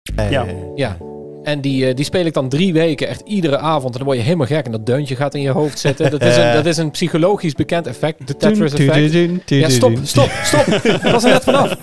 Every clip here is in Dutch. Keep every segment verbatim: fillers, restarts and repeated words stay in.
Uh, Ja. Ja. En die, uh, die speel ik dan drie weken echt iedere avond. En dan word je helemaal gek. En dat deuntje gaat in je hoofd zitten. Dat is een, dat is een psychologisch bekend effect. De Tetris effect. Ja, stop, stop, stop. Dat was er net vanaf.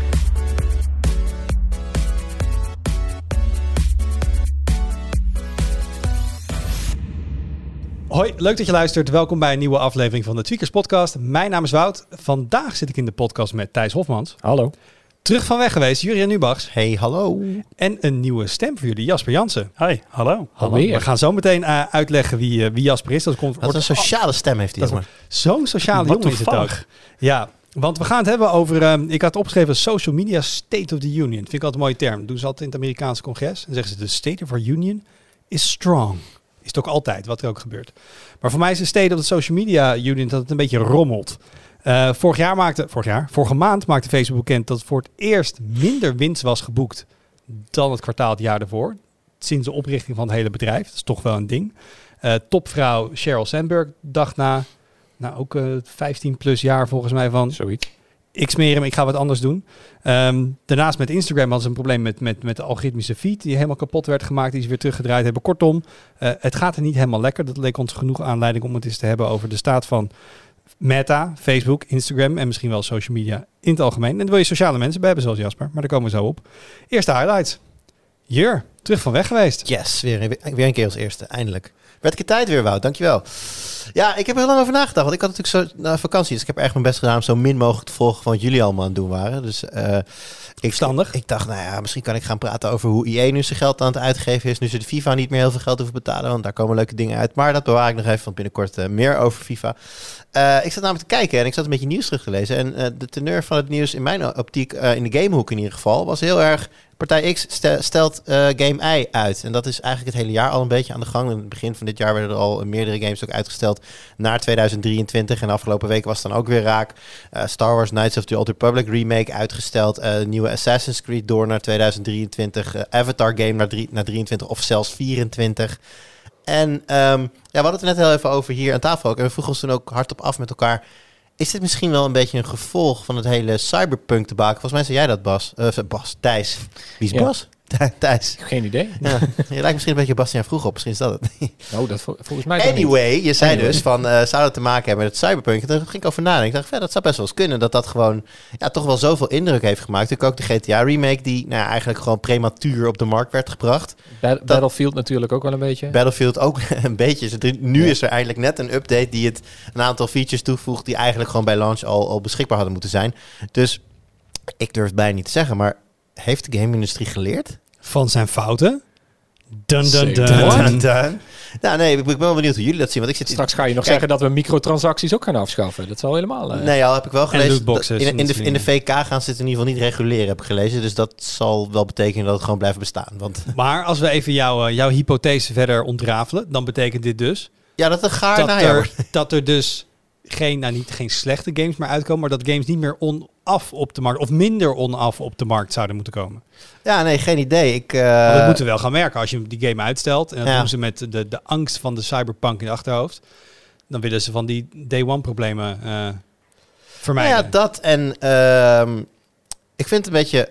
Hoi, leuk dat je luistert. Welkom bij een nieuwe aflevering van de Tweakers Podcast. Mijn naam is Wout. Vandaag zit ik in de podcast met Thijs Hofmans. Hallo. Terug van weg geweest, Jurjen Nubachs. Hey, hallo. En een nieuwe stem voor jullie, Jasper Jansen. Hi, hallo. Alweer. We gaan zo meteen uh, uitleggen wie, uh, wie Jasper is. Dat komt, Wat een sociale stem heeft hij, dat jongen. Zo'n sociale Wat jongen is het ook. toevallig. Ja, want we gaan het hebben over... Um, ik had opgeschreven Social Media State of the Union. Vind ik altijd een mooie term. Dat doen ze altijd in het Amerikaanse congres. Dan zeggen ze, de State of our Union is strong. Is het ook altijd, wat er ook gebeurt. Maar voor mij is de State of the Social Media Union dat het een beetje rommelt. Uh, vorig jaar maakte... Vorig jaar? Vorige maand maakte Facebook bekend dat voor het eerst minder winst was geboekt dan het kwartaal het jaar ervoor. Sinds de oprichting van het hele bedrijf. Dat is toch wel een ding. Uh, topvrouw Sheryl Sandberg dacht na... Nou, ook uh, vijftien plus jaar volgens mij van... Zoiets. Ik smeer hem, ik ga wat anders doen. Um, daarnaast met Instagram hadden ze een probleem met, met, met de algoritmische feed... die helemaal kapot werd gemaakt, die ze weer teruggedraaid hebben. Kortom, uh, het gaat er niet helemaal lekker. Dat leek ons genoeg aanleiding om het eens te hebben over de staat van Meta, Facebook, Instagram... en misschien wel social media in het algemeen. En daar wil je sociale mensen bij hebben, zoals Jasper. Maar daar komen we zo op. Eerste highlights. Jur, terug van weg geweest. Yes, weer, weer een keer als eerste, eindelijk. Werd ik je tijd weer, Wout, dankjewel. Ja, ik heb er heel lang over nagedacht. Want ik had natuurlijk zo uh, vakantie, dus ik heb erg mijn best gedaan... om zo min mogelijk te volgen van wat jullie allemaal aan het doen waren. Dus uh, ik, Verstandig. Ik dacht, nou ja, misschien kan ik gaan praten over hoe I A nu zijn geld aan het uitgeven is. Nu ze de FIFA niet meer heel veel geld hoeven betalen, want daar komen leuke dingen uit. Maar dat bewaar ik nog even, want binnenkort uh, meer over FIFA. Uh, ik zat namelijk te kijken en ik zat een beetje nieuws terug te lezen. En uh, de teneur van het nieuws in mijn optiek, uh, in de gamehoek in ieder geval, was heel erg... Partij X stelt uh, Game Y uit. En dat is eigenlijk het hele jaar al een beetje aan de gang. In het begin van dit jaar werden er al meerdere games ook uitgesteld naar tweeduizend drieëntwintig. En de afgelopen week was het dan ook weer raak. Uh, Star Wars Knights of the Old Republic remake uitgesteld. Uh, nieuwe Assassin's Creed door naar tweeduizend drieëntwintig. Uh, Avatar game naar, drie, naar drieëntwintig of zelfs vierentwintig. En um, ja, we hadden het er net heel even over hier aan tafel ook. En we vroegen ons toen ook hardop af met elkaar... Is dit misschien wel een beetje een gevolg van het hele cyberpunk debakel? Volgens mij zei jij dat, Bas. Uh, Bas, Thijs. Wie is Ja. Bas? Thijs. Geen idee. Ja, je lijkt misschien een beetje Bastiaan vroeg op. Misschien is dat het. Nou, dat vol- volgens mij toch niet. Anyway, je zei Anyway. dus van, uh, zou dat te maken hebben met het cyberpunk? En daar ging ik over nadenken. Ik dacht, ja, dat zou best wel eens kunnen. Dat dat gewoon ja, toch wel zoveel indruk heeft gemaakt. Natuurlijk ook de G T A remake die nou ja, eigenlijk gewoon prematuur op de markt werd gebracht. Ba- Battlefield natuurlijk ook wel een beetje. Battlefield ook een beetje. Nu Ja. is er eigenlijk net een update die het een aantal features toevoegt die eigenlijk gewoon bij launch al, al beschikbaar hadden moeten zijn. Dus ik durf het bijna niet te zeggen, maar heeft de game-industrie geleerd? Van zijn fouten. Dun, dun, Zeker. dun. Dun, dun. Nou nee, ik ben wel benieuwd hoe jullie dat zien. Want ik zit Straks ga je nog Kijk, zeggen dat we microtransacties ook gaan afschaffen. Dat zal helemaal... Uh, Nee, al heb ik wel gelezen. lootboxes dat in, in, de, en in de V K gaan ze het in ieder geval niet reguleren, heb ik gelezen. Dus dat zal wel betekenen dat het gewoon blijft bestaan. Want Maar als we even jouw, uh, jouw hypothese verder ontrafelen... dan betekent dit dus... ja, dat een gaar dat, najaar er, wordt. dat er dus geen, nou niet geen slechte games meer uitkomen... maar dat games niet meer onaf op de markt... of minder onaf op de markt zouden moeten komen. Ja, nee, geen idee. Ik, uh, Want dat moeten we wel gaan merken als je die game uitstelt. En dat Ja. doen ze met de, de angst van de cyberpunk in de achterhoofd. Dan willen ze van die day one problemen uh, vermijden. Nou ja, dat en uh, ik vind het een beetje uh,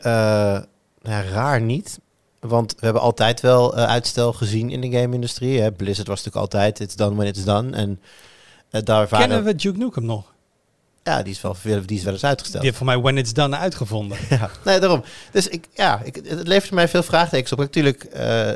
nou, raar niet. Want we hebben altijd wel uh, uitstel gezien in de game-industrie. Hè. Blizzard was natuurlijk altijd it's done when it's done. En uh, daar waren... Kennen we Duke Nukem nog? Ja, die is wel, die is wel eens uitgesteld. Die heeft voor mij When It's Done uitgevonden. Ja, nee, daarom. Dus ik, ja, ik, het levert mij veel vraagtekens op. Natuurlijk, uh,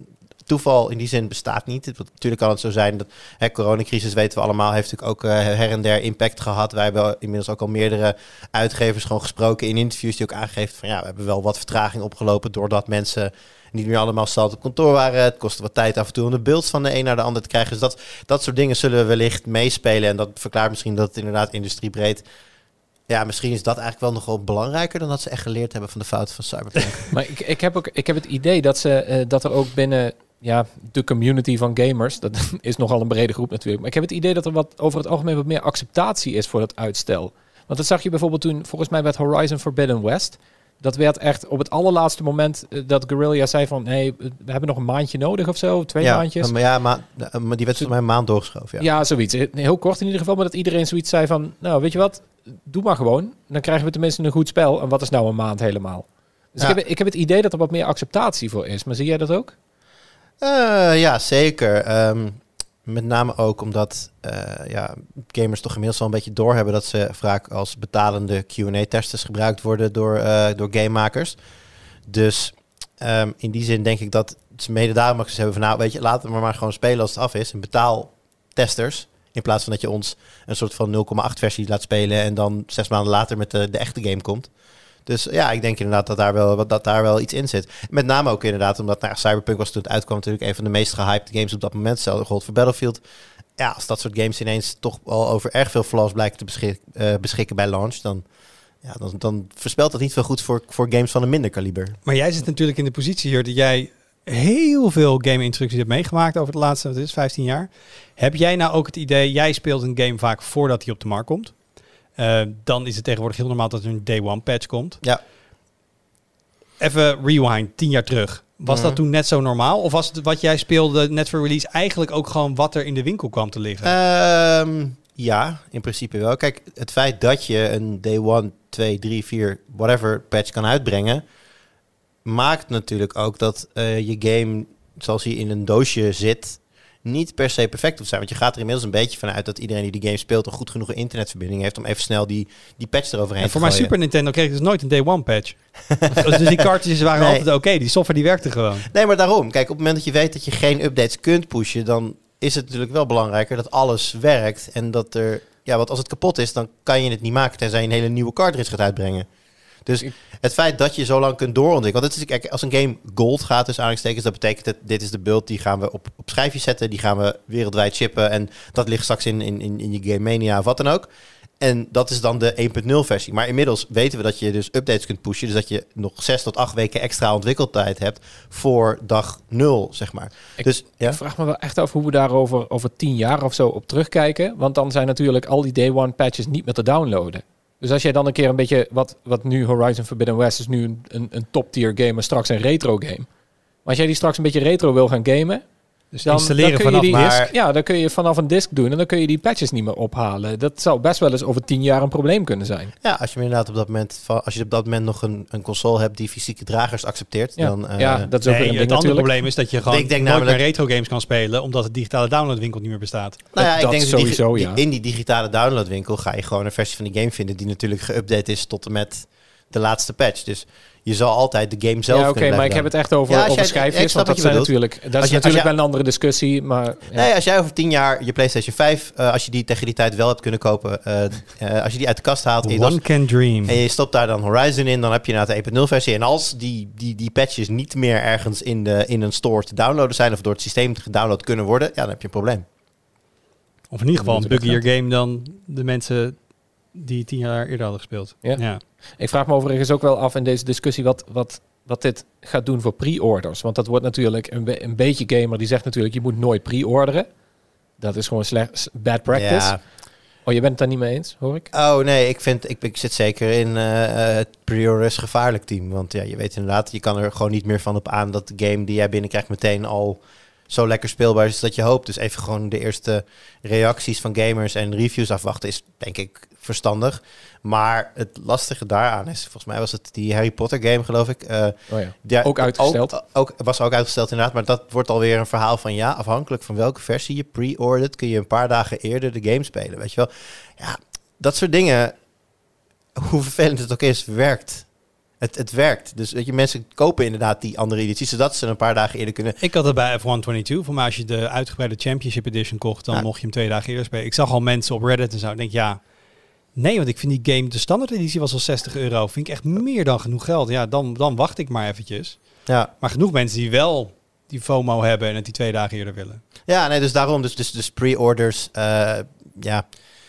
toeval in die zin bestaat niet. Het, natuurlijk kan het zo zijn dat hè, coronacrisis, weten we allemaal, heeft natuurlijk ook uh, her en der impact gehad. Wij hebben inmiddels ook al meerdere uitgevers gewoon gesproken in interviews die ook aangegeven van ja, we hebben wel wat vertraging opgelopen doordat mensen niet meer allemaal zat op kantoor waren. Het kostte wat tijd af en toe om de beelds van de een naar de ander te krijgen. Dus dat, dat soort dingen zullen wellicht meespelen. En dat verklaart misschien dat het inderdaad industriebreed... Ja, misschien is dat eigenlijk wel nog wel belangrijker dan dat ze echt geleerd hebben van de fouten van Cyberpunk. Maar ik, ik, heb ook, ik heb het idee dat, ze, uh, dat er ook binnen ja, de community van gamers... dat is nogal een brede groep natuurlijk... maar ik heb het idee dat er wat over het algemeen wat meer acceptatie is voor dat uitstel. Want dat zag je bijvoorbeeld toen, volgens mij met Horizon Forbidden West... Dat werd echt op het allerlaatste moment uh, dat Guerrilla zei van... nee, we hebben nog een maandje nodig of zo, twee ja, maandjes. Maar ja, maar, maar die werd voor mij een maand doorgeschoven. Ja. Ja, zoiets. Heel kort in ieder geval, maar dat iedereen zoiets zei van... nou, weet je wat, doe maar gewoon. Dan krijgen we tenminste een goed spel. En wat is nou een maand helemaal? Dus Ja. ik, heb, ik heb het idee dat er wat meer acceptatie voor is. Maar zie jij dat ook? Uh, ja, zeker. Ehm, met name ook omdat uh, ja, gamers toch inmiddels wel een beetje doorhebben dat ze vaak als betalende Q en A-testers gebruikt worden door, uh, door gamemakers. Dus um, in die zin denk ik dat ze mede daarom ook hebben van nou, weet je, laten we maar gewoon spelen als het af is. En betaal testers. In plaats van dat je ons een soort van nul komma acht versie laat spelen en dan zes maanden later met de, de echte game komt. Dus ja, ik denk inderdaad dat daar wel, dat daar wel iets in zit. Met name ook inderdaad omdat nou, Cyberpunk was toen het uitkwam natuurlijk een van de meest gehyped games op dat moment. Hetzelfde gold voor Battlefield. Ja, als dat soort games ineens toch al over erg veel flaws blijken te beschik, uh, beschikken bij launch, dan, ja, dan, dan voorspelt dat niet veel goed voor, voor games van een minder kaliber. Maar jij zit natuurlijk in de positie hier dat jij heel veel game-instructies hebt meegemaakt over de laatste, wat is, vijftien jaar. Heb jij nou ook het idee, jij speelt een game vaak voordat hij op de markt komt? Uh, dan is het tegenwoordig heel normaal dat er een day one patch komt. Ja. Even rewind, tien jaar terug. Was Mm. dat toen net zo normaal? Of was het wat jij speelde net voor release eigenlijk ook gewoon wat er in de winkel kwam te liggen? Um, ja, in principe wel. Kijk, het feit dat je een day one, twee, drie, vier, whatever patch kan uitbrengen, maakt natuurlijk ook dat uh, je game, zoals hij in een doosje zit, niet per se perfect hoeft zijn. Want je gaat er inmiddels een beetje vanuit dat iedereen die de game speelt een goed genoeg internetverbinding heeft om even snel die, die patch eroverheen En te voor mijn gooien. Super Nintendo kreeg ik dus nooit een day one patch. Dus die cartridges waren Nee. altijd oké. Okay. Die software die werkte gewoon. Nee, maar daarom. Kijk, op het moment dat je weet dat je geen updates kunt pushen, dan is het natuurlijk wel belangrijker dat alles werkt. En dat er, ja, want als het kapot is, dan kan je het niet maken tenzij je een hele nieuwe cartridge gaat uitbrengen. Dus het feit dat je zo lang kunt doorontwikkelen. Want het is, kijk, als een game gold gaat, dus aanhalingstekens, dat betekent dat dit is de build, die gaan we op, op schijfjes zetten, die gaan we wereldwijd shippen en dat ligt straks in, in, in, in je Game Mania of wat dan ook. En dat is dan de één punt nul versie. Maar inmiddels weten we dat je dus updates kunt pushen. Dus dat je nog zes tot acht weken extra ontwikkeltijd hebt voor dag nul, zeg maar. Ik, dus, ja? ik vraag me wel echt af hoe we daarover over tien jaar of zo op terugkijken. Want dan zijn natuurlijk al die day one patches niet meer te downloaden. Dus als jij dan een keer een beetje, wat, wat nu Horizon Forbidden West is nu een, een, een top tier game, maar straks een retro game. Maar als jij die straks een beetje retro wil gaan gamen, Dus dan, installeren dan kun je vanaf die, maar- disk, ja, dan kun je vanaf een disk doen en dan kun je die patches niet meer ophalen. Dat zou best wel eens over tien jaar een probleem kunnen zijn. ja, als je inderdaad op dat moment, van- als je op dat moment nog een, een console hebt die fysieke dragers accepteert, Ja, dan... uh, ja dat is ook Nee, weer een het ding andere natuurlijk. probleem is dat je gewoon Ik denk nooit namelijk- meer retro games kan spelen, omdat het digitale downloadwinkel niet meer bestaat. Nou ja, Dat ik denk dat die- sowieso, die- ja. in die digitale downloadwinkel ga je gewoon een versie van die game vinden die natuurlijk geüpdate is tot en met de laatste patch. Dus je zal altijd de game zelf Ja, oké, kunnen maar ik heb blijven het echt over, Ja, als over jij- ik schijfjes, snap want dat wat je zijn bedoelt. natuurlijk, dat Als is je- als natuurlijk jij- wel een andere discussie, maar ja. Nee, als jij over tien jaar je PlayStation vijf, uh, als je die tegen die tijd wel hebt kunnen kopen, uh, uh, als je die uit de kast haalt en je, One dan- can dream. en je stopt daar dan Horizon in, dan heb je inderdaad de één punt nul versie. En als die, die, die patches niet meer ergens in, de, in een store te downloaden zijn of door het systeem gedownload kunnen worden, ja, dan heb je een probleem. Of in ieder geval een Moeten we buggier game dan de mensen die tien jaar eerder hadden gespeeld. Ja. Ja. Ik vraag me overigens ook wel af in deze discussie wat, wat, wat dit gaat doen voor pre-orders. Want dat wordt natuurlijk een, be- een beetje gamer die zegt natuurlijk je moet nooit pre-orderen. Dat is gewoon slecht, bad practice. Ja. Oh, je bent het daar niet mee eens, hoor ik? Oh nee, ik vind ik, ik zit zeker in uh, uh, het pre-orders gevaarlijk team. Want ja, je weet inderdaad, je kan er gewoon niet meer van op aan dat de game die jij binnenkrijgt meteen al zo lekker speelbaar is dat je hoopt. Dus even gewoon de eerste reacties van gamers en reviews afwachten is denk ik verstandig. Maar het lastige daaraan is, volgens mij was het die Harry Potter game, geloof ik. Uh, Oh ja. ja, Ook uitgesteld. Ook, ook, was ook uitgesteld inderdaad, maar dat wordt alweer een verhaal van ja, afhankelijk van welke versie je pre-ordert, kun je een paar dagen eerder de game spelen, weet je wel. Ja, dat soort dingen, hoe vervelend het ook is, werkt. Het, het werkt. Dus weet je, mensen kopen inderdaad die andere edities, zodat ze een paar dagen eerder kunnen. Ik had het bij F honderdtweeëntwintig. Voor mij als je de uitgebreide Championship Edition kocht, dan Ja. mocht je hem twee dagen eerder spelen. Ik zag al mensen op Reddit en zo. Ik denk, ja, nee, want ik vind die game, de standaard editie was al zestig euro. Vind ik echt meer dan genoeg geld. Ja, dan, dan wacht ik maar eventjes. Ja, Maar genoeg mensen die wel die FOMO hebben en het die twee dagen eerder willen. ja nee, dus daarom, dus, dus, dus pre-orders, uh, ja.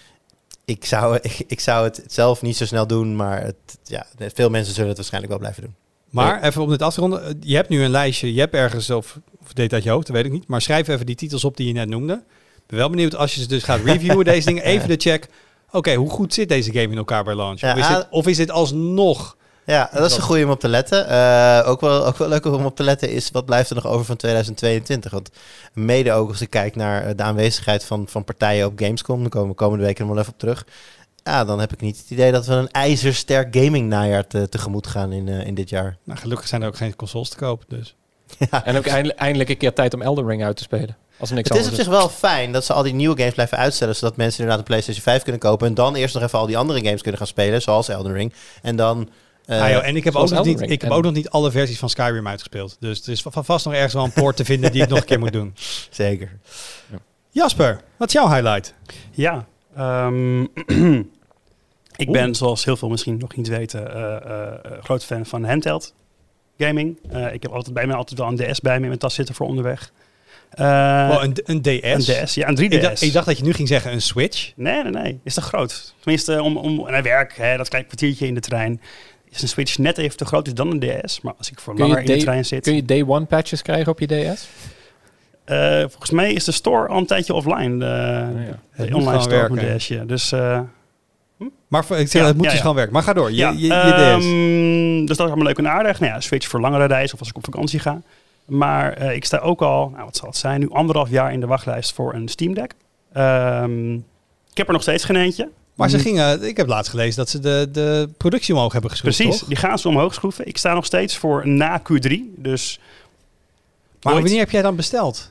Ik zou, ik, ik zou het zelf niet zo snel doen, maar het, ja, veel mensen zullen het waarschijnlijk wel blijven doen. Maar even om dit af te ronden. Je hebt nu een lijstje. Je hebt ergens, of, of deed uit je hoofd, dat weet ik niet. Maar schrijf even die titels op die je net noemde. Ik ben wel benieuwd als je ze dus gaat reviewen, deze dingen. Even de check. Oké, okay, hoe goed zit deze game in elkaar bij launch? Ja, of, is dit, of is dit alsnog... Ja, dat is een goede om op te letten. Uh, ook, wel, ook wel leuk om op te letten is, wat blijft er nog over van tweeduizend tweeëntwintig? Want mede ook als ik kijk naar de aanwezigheid van, van partijen op Gamescom, daar komen we komende week nog wel even op terug. ja, dan heb ik niet het idee dat we een ijzersterk gaming najaar te, tegemoet gaan in, uh, in dit jaar. Nou, gelukkig zijn er ook geen consoles te koop, dus. Ja. En ook eindelijk, eindelijk een keer tijd om Elden Ring uit te spelen. Als er niks Het is op anders zich wel fijn dat ze al die nieuwe games blijven uitstellen, zodat mensen inderdaad een PlayStation vijf kunnen kopen en dan eerst nog even al die andere games kunnen gaan spelen, zoals Elden Ring. En dan... Uh, ah, joh, en ik heb, ook nog, niet, ik heb en... ook nog niet alle versies van Skyrim uitgespeeld. Dus er is van vast nog ergens wel een poort te vinden die ik nog een keer moet doen. Zeker. Ja. Jasper, wat is jouw highlight? Ja, um, ik ben, zoals heel veel misschien nog niet weten, uh, uh, groot fan van handheld gaming. Uh, ik heb altijd bij mij altijd wel een D S bij me in mijn tas zitten voor onderweg. Uh, oh, een, een D S? Een D S, ja, een drie D S. Ik dacht, ik dacht dat je nu ging zeggen een Switch. Nee, nee, nee. Is te groot. Tenminste, om, om naar werk, hè, dat klein kwartiertje in de trein, is een Switch net even te groot is dan een D S. Maar als ik voor kun langer in day, de trein zit... Kun je day one patches krijgen op je D S? Uh, volgens mij is de store al een tijdje offline. De, oh ja. de online store van D S. Ja. Dus... Uh, hm? Maar voor, ik zeg, ja, het moet ja, dus ja. gewoon werken. Maar ga door, je, ja, je, je, je um, D S. Dus dat is allemaal leuk en aardig. Nou ja, Switch voor langere reizen of als ik op vakantie ga. Maar uh, ik sta ook al, nou wat zal het zijn, nu anderhalf jaar in de wachtlijst voor een Steam Deck. Um, ik heb er nog steeds geen eentje. Maar ze gingen, ik heb laatst gelezen dat ze de, de productie omhoog hebben geschroefd. Precies, toch? die gaan ze omhoog schroeven. Ik sta nog steeds voor na Q drie. Dus maar nooit. wanneer heb jij dan besteld?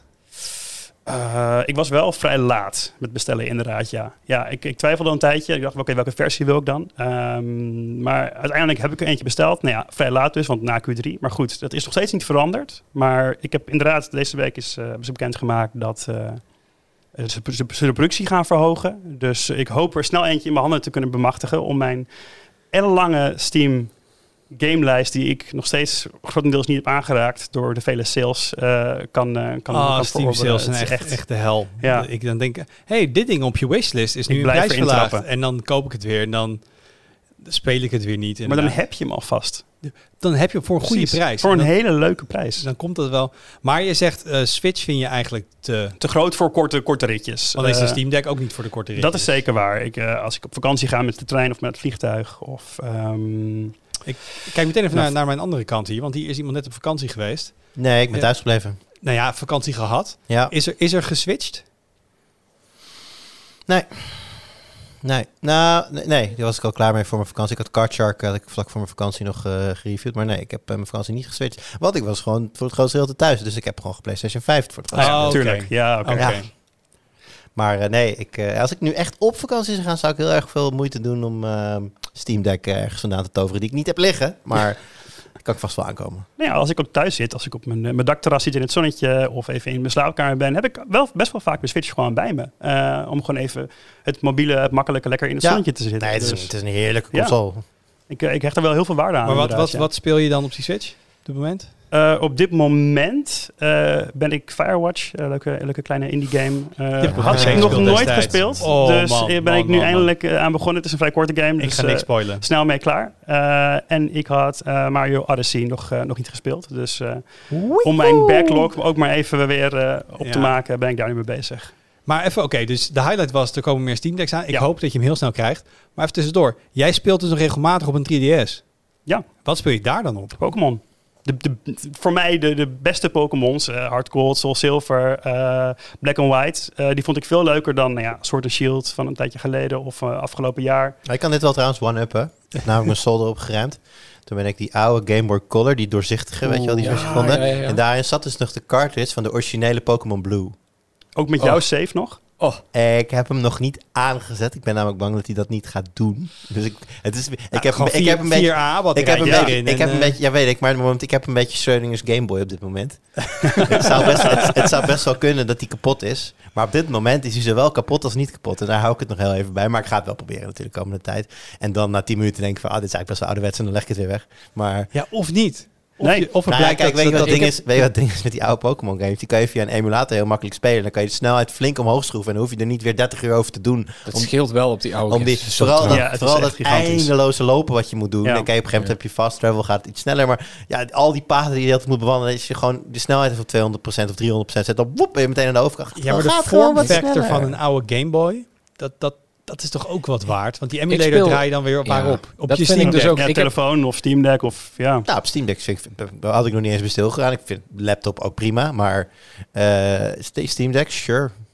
Uh, ik was wel vrij laat met bestellen, inderdaad, ja. Ja, ik, ik twijfelde een tijdje. Ik dacht, oké, okay, welke versie wil ik dan? Um, maar uiteindelijk heb ik er eentje besteld. Nou ja, vrij laat dus, want na Q drie. Maar goed, dat is nog steeds niet veranderd. Maar ik heb inderdaad, deze week is, uh, is bekendgemaakt dat uh, ze, ze, ze de productie gaan verhogen. Dus ik hoop er snel eentje in mijn handen te kunnen bemachtigen om mijn ellenlange Steam gamelijst die ik nog steeds grotendeels niet heb aangeraakt door de vele sales uh, kan uh, kan, oh, kan Steam sales zijn echt, echt, echt de hel. Ja. Ik dan denk, hey, dit ding op je wishlist is nu ik een blijf prijs verlaagd. En dan koop ik het weer en dan speel ik het weer niet. Maar dan heb je hem alvast. Dan heb je hem voor een Precies, goede prijs. Voor een dan, hele leuke prijs. Dan komt dat wel. Maar je zegt, uh, Switch vind je eigenlijk te... Te groot voor korte, korte ritjes. Want is de uh, Steam Deck ook niet voor de korte ritjes? Dat is zeker waar. Ik, uh, als ik op vakantie ga met de trein of met het vliegtuig of... Um, ik kijk meteen even naar, naar mijn andere kant hier, want hier is iemand net op vakantie geweest. Nee, ik ben thuis gebleven. Nou ja, vakantie gehad. Ja. Is er, is er geswitcht? Nee. Nee. Nou, nee, nee, daar was ik al klaar mee voor mijn vakantie. Ik had Card Shark, had ik vlak voor mijn vakantie nog uh, gereviewd. Maar nee, ik heb uh, mijn vakantie niet geswitcht. Want ik was gewoon voor het grootste deel thuis. Dus ik heb gewoon PlayStation vijf voor het grootste ah, deel. ja, natuurlijk. Okay. Ja, oké. Okay. Okay. Ja. Maar uh, nee, ik, uh, als ik nu echt op vakantie zou gaan, zou ik heel erg veel moeite doen om uh, Steam Deck uh, ergens vandaan te toveren die ik niet heb liggen. Maar kan ik vast wel aankomen. Nou ja, als ik ook thuis zit, als ik op mijn, mijn dakterras zit in het zonnetje of even in mijn slaapkamer ben, heb ik wel best wel vaak mijn Switch gewoon bij me. Uh, om gewoon even het mobiele, het makkelijke, lekker in het ja. zonnetje te zitten. Nee, het is, dus, een, het is een heerlijke console. Ja. Ik, ik hecht er wel heel veel waarde aan. Maar wat, wat, ja. wat speel je dan op die Switch op dit moment? Uh, op dit moment uh, ben ik Firewatch, uh, leuke, leuke kleine indie game. Uh, had ik nog nooit destijds. gespeeld. Oh, dus man, ben man, ik nu man, eindelijk uh, aan begonnen. Het is een vrij korte game. Ik dus, ga niks uh, spoilen. Snel mee klaar. Uh, en ik had uh, Mario Odyssey nog, uh, nog niet gespeeld. Dus uh, om mijn backlog ook maar even weer uh, op ja. te maken, ben ik daar nu mee bezig. Maar even, oké, okay, dus de highlight was, er komen meer Steam Decks aan. Ik ja. hoop dat je hem heel snel krijgt. Maar even tussendoor, jij speelt dus nog regelmatig op een drie D S. Ja. Wat speel je daar dan op? Pokémon. De, de, voor mij de, de beste Pokémons, uh, Hard Gold, Soul Silver, uh, Black and White, uh, die vond ik veel leuker dan nou ja, Sword and Shield van een tijdje geleden of uh, afgelopen jaar. Ik kan dit wel trouwens one-uppen. Ik heb namelijk mijn solder opgeruimd. Toen ben ik die oude Game Boy Color, die doorzichtige, weet je wel, die versie gevonden. Ja, ja, ja. En daarin zat dus nog de cartridge van de originele Pokémon Blue. Ook met oh. jouw save nog? Oh. Ik heb hem nog niet aangezet. Ik ben namelijk bang dat hij dat niet gaat doen. Dus ik, het is, ik ja, heb, vier, ik heb een beetje, A, wat ik heb een ja. beetje, ik heb een beetje, ja weet ik, maar moment, ik heb een beetje Schrödinger's Game Boy op dit moment. het, zou best, het, het zou best wel kunnen dat hij kapot is, maar op dit moment is hij zowel kapot als niet kapot. En daar hou ik het nog heel even bij, maar ik ga het wel proberen natuurlijk de komende tijd. En dan na tien minuten denk ik van, ah, dit is eigenlijk best wel ouderwets en dan leg ik het weer weg. Maar ja, of niet. Of, nee. je, of het nou, blijkt ja, kijk, dat, weet, je dat, wat dat ding heb... is, weet je wat het ding is met die oude Pokémon games? Die kan je via een emulator heel makkelijk spelen. Dan kan je de snelheid flink omhoog schroeven. En dan hoef je er niet weer dertig uur over te doen. Dat om, scheelt wel op die oude om die, games. Vooral dat, ja, vooral dat eindeloze lopen wat je moet doen. Ja. Dan kan je op een gegeven moment heb je fast travel, gaat iets sneller. Maar ja, al die paden die je altijd moet bewandelen, als je gewoon de snelheid even op tweehonderd procent of driehonderd procent zet, dan woep, ben je meteen aan de overkant. Ja, maar de vorm factor van een oude Game Boy, dat... dat dat is toch ook wat waard? Want die emulator speel, draai je dan weer op ja, waarop? Op dat je Steam Steam Deck. dus ook. Ja, telefoon heb... of Steam Deck of ja. Nou, op Steam Deck vind ik, daar had ik nog niet eens bij stilgegaan. Ik vind laptop ook prima, maar uh, Steam Deck, sure.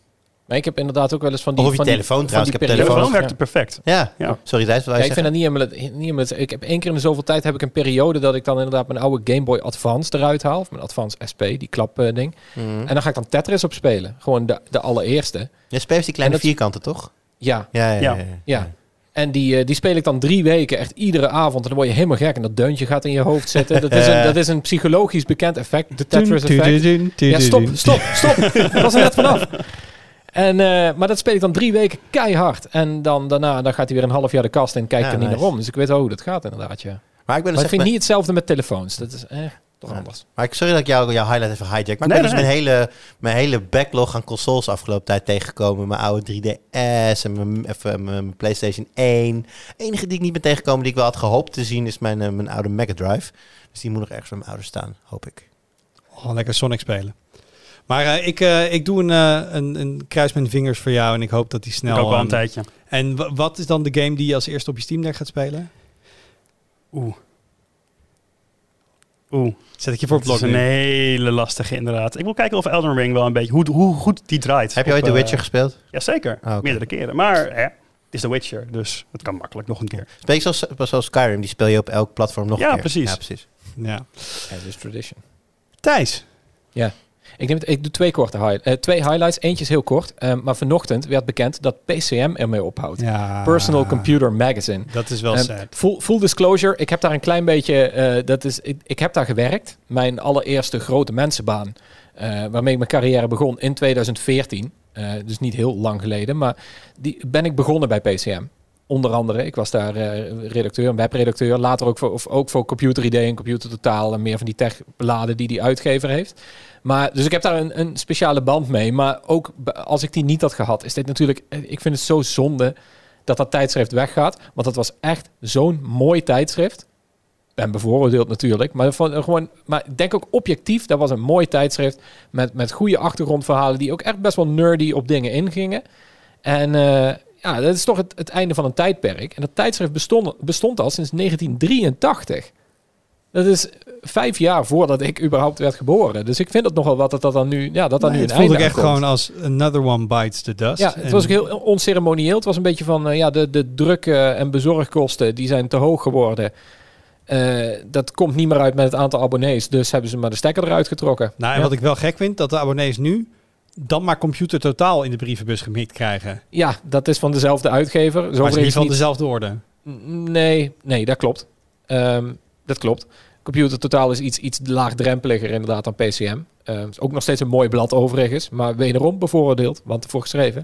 Maar ik heb inderdaad ook wel eens van die... Of op je van die- telefoon van trouwens, die ik heb een periodes- telefoon werkte perfect. Ja, Ja. sorry Thijs, wat Ja, wij ik vind dat niet helemaal, het- niet helemaal het- Ik heb één keer in de zoveel tijd heb ik een periode dat ik dan inderdaad mijn oude Game Boy Advance eruit haal. Of mijn Advance S P, die klap eh, ding. Mm. En dan ga ik dan Tetris op spelen. Gewoon de, de allereerste. Je speelt die kleine En dat- vierkanten, toch? Ja, Ja, ja, ja. Ja. ja. ja. En die, eh, die speel ik dan drie weken, echt iedere avond. En dan word je helemaal gek. En dat deuntje gaat in je hoofd zitten. Dat is een, dat is een psychologisch bekend effect. De Tetris effect. Ja, stop, stop, stop. Dat was er net vanaf. En, uh, maar dat speel ik dan drie weken keihard. En dan daarna dan gaat hij weer een half jaar de kast in en kijkt Ja, er niet nice. naar om. Dus ik weet wel hoe dat gaat inderdaad, ja. Maar ik ben Maar dus ik vind echt niet hetzelfde met telefoons. Dat is eh, toch Ja. anders. Maar ik, sorry dat ik jou, jouw highlight even hijack. Maar Nee, ik ben nee, dus mijn hele, mijn hele backlog aan consoles afgelopen tijd tegengekomen. Mijn oude drie D S en mijn, even, mijn PlayStation één. De enige die ik niet ben tegengekomen die ik wel had gehoopt te zien is mijn, uh, mijn oude Mega Drive. Dus die moet nog ergens bij mijn ouders staan, hoop ik. Oh, lekker Sonic spelen. Maar uh, ik, uh, ik doe een, uh, een, een kruis mijn vingers voor jou en ik hoop dat die snel... Ik ook wel een um, tijdje. En w- wat is dan de game die je als eerste op je Steam Deck gaat spelen? Oeh. Oeh. Zet ik je voor het Dat blok is een nu. hele lastige inderdaad. Ik wil kijken of Elden Ring wel een beetje... Hoe, hoe goed die draait. Heb je op, ooit The uh, Witcher gespeeld? Jazeker. Ah, oké. Meerdere keren. Maar hè, het is The Witcher. Dus het kan makkelijk nog een keer. Speel je zoals, zoals Skyrim, die speel je op elk platform nog Ja, een keer. precies. Ja, precies. Ja. As is tradition. Thijs. Ik, neem het, ik doe twee korte high, uh, twee highlights. Eentje is heel kort. Uh, maar vanochtend werd bekend dat P C M ermee ophoudt. Ja. Personal Computer Magazine. Dat is wel Um, sad. full, full disclosure, ik heb daar een klein beetje, uh, dat is, ik, ik heb daar gewerkt. Mijn allereerste grote mensenbaan, uh, waarmee ik mijn carrière begon in tweeduizend veertien. Uh, dus niet heel lang geleden, maar die ben ik begonnen bij P C M. Onder andere, ik was daar uh, redacteur, een webredacteur. Later ook voor, of ook voor Computer I D en Computer Totaal en meer van die techbladen die die uitgever heeft. Maar, dus ik heb daar een, een speciale band mee. Maar ook als ik die niet had gehad, is dit natuurlijk... Ik vind het zo zonde dat dat tijdschrift weggaat. Want dat was echt zo'n mooi tijdschrift. Ben bevooroordeeld natuurlijk. Maar, van, gewoon, maar ik denk ook objectief, dat was een mooi tijdschrift. Met, met goede achtergrondverhalen die ook echt best wel nerdy op dingen ingingen. En uh, ja, dat is toch het, het einde van een tijdperk. En dat tijdschrift bestond, bestond al sinds negentien drieëntachtig. Dat is vijf jaar voordat ik überhaupt werd geboren. Dus ik vind het nogal wat dat dat dan nu, ja, dat dan Nee, nu het een voelde einde ook echt aankomt. gewoon als another one bites the dust. Ja, het En- was ook heel onceremonieel. Het was een beetje van, uh, ja, de, de druk uh, en bezorgkosten, die zijn te hoog geworden. Uh, dat komt niet meer uit met het aantal abonnees. Dus hebben ze maar de stekker eruit getrokken. Nou, en ja. wat ik wel gek vind, dat de abonnees nu dan maar Computer Totaal in de brievenbus gemikt krijgen. Ja, dat is van dezelfde uitgever. Zo Maar het is niet is van niet- dezelfde orde. Nee, nee, dat klopt. Um, dat klopt. Computer Totaal is iets, iets laagdrempeliger inderdaad dan P C M. Uh, is ook nog steeds een mooi blad overigens. Maar wederom bevooroordeeld, want ervoor geschreven.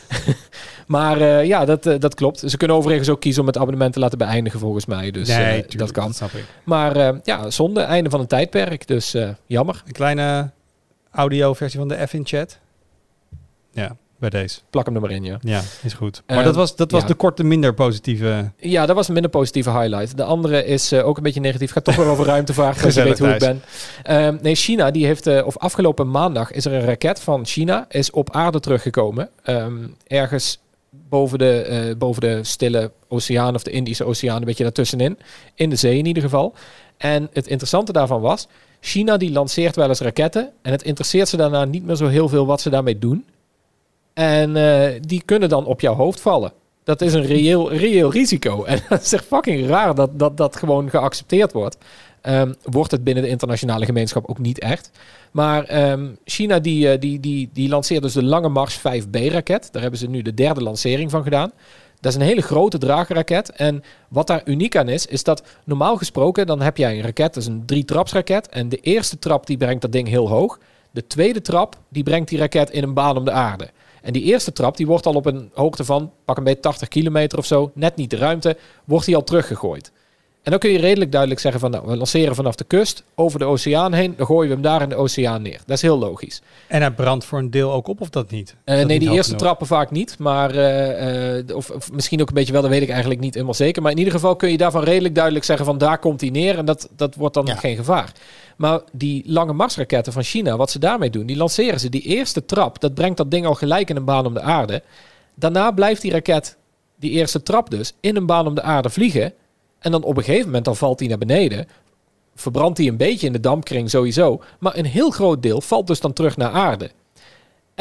maar uh, ja, dat, uh, dat klopt. Ze kunnen overigens ook kiezen om het abonnement te laten beëindigen volgens mij. Dus uh, tuurlijk, dat kan. Dat snap ik. Maar uh, ja, zonde, einde van een tijdperk. Dus uh, jammer. Een kleine audioversie van de F in chat. Ja, bij deze. Plak hem er maar in, ja. Ja, is goed. Maar Um, dat was, dat was ja. de korte, minder positieve... Ja, dat was een minder positieve highlight. De andere is uh, ook een beetje negatief. Gaat toch weer over ruimtevaart. Dus je Gezellig, weet hoe ik Thijs. ben. Um, nee, China, die heeft, uh, of afgelopen maandag is er een raket van China, is op aarde teruggekomen. Um, ergens boven de, uh, boven de stille oceaan of de Indische oceaan, een beetje daartussenin. In de zee in ieder geval. En het interessante daarvan was, China die lanceert wel eens raketten en het interesseert ze daarna niet meer zo heel veel wat ze daarmee doen. En uh, die kunnen dan op jouw hoofd vallen. Dat is een reëel, reëel risico. En dat is echt fucking raar dat dat, dat gewoon geaccepteerd wordt. Um, wordt het binnen de internationale gemeenschap ook niet echt. Maar um, China die, die, die, die lanceert dus de Lange Mars vijf B-raket. Daar hebben ze nu de derde lancering van gedaan. Dat is een hele grote draagraket. En wat daar uniek aan is, is dat normaal gesproken, dan heb jij een raket, dat is een drie-trapsraket. En de eerste trap die brengt dat ding heel hoog. De tweede trap die brengt die raket in een baan om de aarde. En die eerste trap, die wordt al op een hoogte van, pak een beetje tachtig kilometer of zo, net niet de ruimte, wordt die al teruggegooid. En dan kun je redelijk duidelijk zeggen van, nou, we lanceren vanaf de kust, over de oceaan heen, dan gooien we hem daar in de oceaan neer. Dat is heel logisch. En hij brandt voor een deel ook op, of dat niet? Uh, dat nee, niet die hoog eerste genoeg? trappen vaak niet. Maar, uh, uh, of, of misschien ook een beetje wel, dat weet ik eigenlijk niet helemaal zeker. Maar in ieder geval kun je daarvan redelijk duidelijk zeggen van, daar komt hij neer. En dat, dat wordt dan Ja. geen gevaar. Maar die Lange Marsraketten van China, wat ze daarmee doen, die lanceren ze. Die eerste trap, dat brengt dat ding al gelijk in een baan om de aarde. Daarna blijft die raket, die eerste trap dus, in een baan om de aarde vliegen. En dan op een gegeven moment, dan valt hij naar beneden. Verbrandt hij een beetje in de dampkring sowieso. Maar een heel groot deel valt dus dan terug naar aarde. En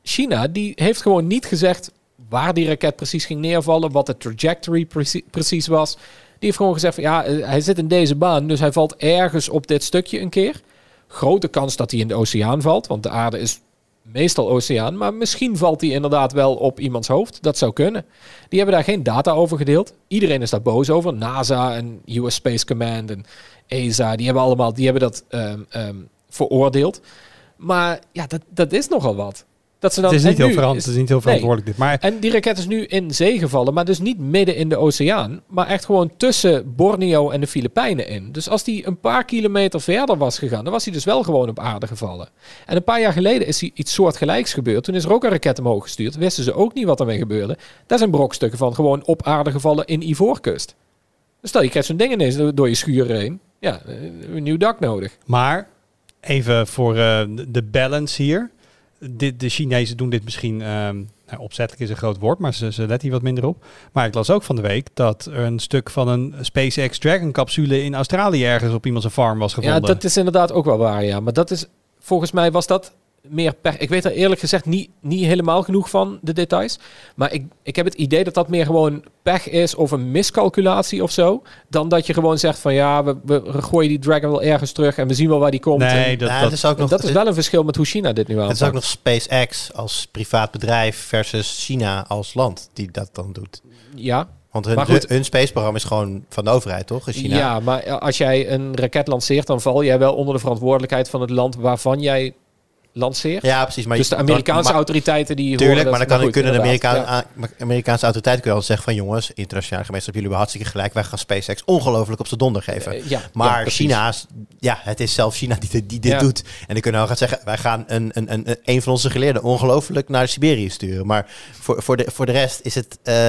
China die heeft gewoon niet gezegd waar die raket precies ging neervallen, wat de trajectory precies, precies was. Die heeft gewoon gezegd van ja, hij zit in deze baan, dus hij valt ergens op dit stukje een keer. Grote kans dat hij in de oceaan valt, want de aarde is meestal oceaan, maar misschien valt hij inderdaad wel op iemands hoofd. Dat zou kunnen. Die hebben daar geen data over gedeeld. Iedereen is daar boos over. NASA en U S Space Command en E S A, die hebben allemaal, die hebben dat um, um, veroordeeld. Maar ja, dat, dat is nogal wat. Dat ze dan, het is niet heel, nu, verant, is, het is niet heel verantwoordelijk dit. Maar en die raket is nu in zee gevallen, maar dus niet midden in de oceaan, maar echt gewoon tussen Borneo en de Filipijnen in. Dus als die een paar kilometer verder was gegaan, dan was hij dus wel gewoon op aarde gevallen. En een paar jaar geleden is er iets soortgelijks gebeurd. Toen is er ook een raket omhoog gestuurd. Wisten ze ook niet wat ermee gebeurde. Daar zijn brokstukken van gewoon op aarde gevallen in Ivoorkust. Dus stel, je krijgt zo'n ding ineens door je schuur heen. Ja, een nieuw dak nodig. Maar even voor uh, de balance hier. De, de Chinezen doen dit misschien, um, nou, opzettelijk is een groot woord, maar ze, ze letten hier wat minder op. Maar ik las ook van de week dat er een stuk van een SpaceX Dragon capsule in Australië ergens op iemands farm was gevonden. Ja, dat is inderdaad ook wel waar, ja. Maar dat is, volgens mij was dat meer per... Ik weet er eerlijk gezegd niet, niet helemaal genoeg van, de details. Maar ik, ik heb het idee dat dat meer gewoon pech is of een miscalculatie of zo. Dan dat je gewoon zegt van ja, we, we gooien die Dragon wel ergens terug en we zien wel waar die komt. Nee, en, dat, Nou, dat, het is ook nog, dat is wel een verschil met hoe China dit nu aanpakt. het is ook nog SpaceX als privaat bedrijf versus China als land die dat dan doet. Ja, Want hun, Maar goed. hun spaceprogramma is gewoon van de overheid, toch? In China. ja, maar als jij een raket lanceert, dan val jij wel onder de verantwoordelijkheid van het land waarvan jij lanceert. Ja, precies. Maar Dus de je- Amerikaanse maar- autoriteiten die Tuurlijk, horen maar dan dat- kan, goed, kunnen de inderdaad, Amerikaan, ja. A- Amerikaanse autoriteiten kunnen wel zeggen van jongens, internationale gemeenschap, jullie hebben hartstikke gelijk. Wij gaan SpaceX ongelooflijk op z'n donder geven. Eh, ja, Maar ja, precies. China's, ja, het is zelf China die, dit- die dit Ja. doet. En die kunnen wel gaan zeggen, wij gaan een, een, een, een van onze geleerden ongelooflijk naar Siberië sturen. Maar voor, voor, de, voor de rest is het, uh,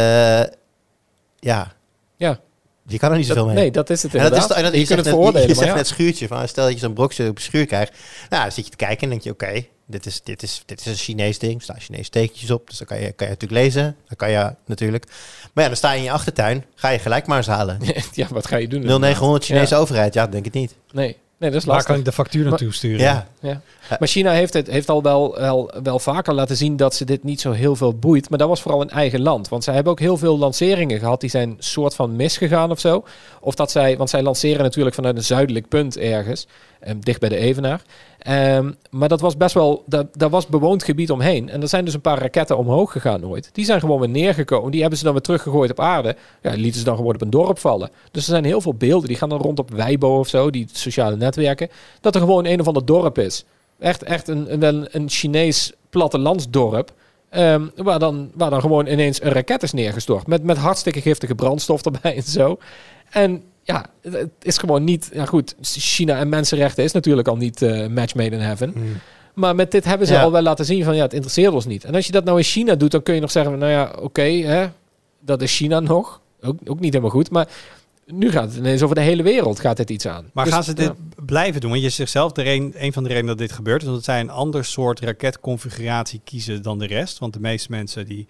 ja, Ja. je kan er niet zoveel Dat, mee. nee, dat is het En dat inderdaad. is, en dat, je je kunt het zegt net- veroordelen, Je maar zegt ja. net schuurtje. Van, stel dat je zo'n brokje op je schuur krijgt. Nou, dan zit je te kijken en denk je, oké, dit, is, dit, is, dit is een Chinees ding. Er staan Chinese tekentjes op. Dus dan kan je, kan je natuurlijk lezen. Dan kan je natuurlijk. Maar ja, dan sta je in je achtertuin. Ga je gelijk maar eens halen. Ja, wat ga je doen? nul negen honderd Chinese Ja. overheid. Ja, denk het niet. Nee, nee, dat is waar lastig. kan ik de factuur naartoe sturen? Ja. Ja. Maar China heeft, het, heeft al wel, wel, wel vaker laten zien dat ze dit niet zo heel veel boeit. Maar dat was vooral in eigen land. Want zij hebben ook heel veel lanceringen gehad die zijn soort van misgegaan of zo. Of dat zij, want zij lanceren natuurlijk vanuit een zuidelijk punt ergens. Um, dicht bij de Evenaar. Um, maar dat was best wel, dat, daar was bewoond gebied omheen. En er zijn dus een paar raketten omhoog gegaan ooit. Die zijn gewoon weer neergekomen. Die hebben ze dan weer teruggegooid op aarde. Ja, die lieten ze dan gewoon op een dorp vallen. Dus er zijn heel veel beelden. Die gaan dan rond op Weibo of zo, die sociale netwerken. Dat er gewoon een of ander dorp is. Echt, echt een, een, een Chinees plattelandsdorp. Um, waar, dan, waar dan gewoon ineens een raket is neergestort. Met, met hartstikke giftige brandstof erbij en zo. En ja, het is gewoon niet... Ja goed, China en mensenrechten is natuurlijk al niet uh, match made in heaven. Mm. Maar met dit hebben ze Ja. al wel laten zien van... ja, het interesseert ons niet. En als je dat nou in China doet, dan kun je nog zeggen... van, nou ja, oké, okay, dat is China nog. Ook, ook niet helemaal goed, maar... Nu gaat het ineens over de hele wereld gaat dit iets aan. Maar Dus, gaan ze dit ja. blijven doen? Want je zegt zelf, de een, een van de redenen dat dit gebeurt... is omdat zij een ander soort raketconfiguratie kiezen dan de rest. Want de meeste mensen die...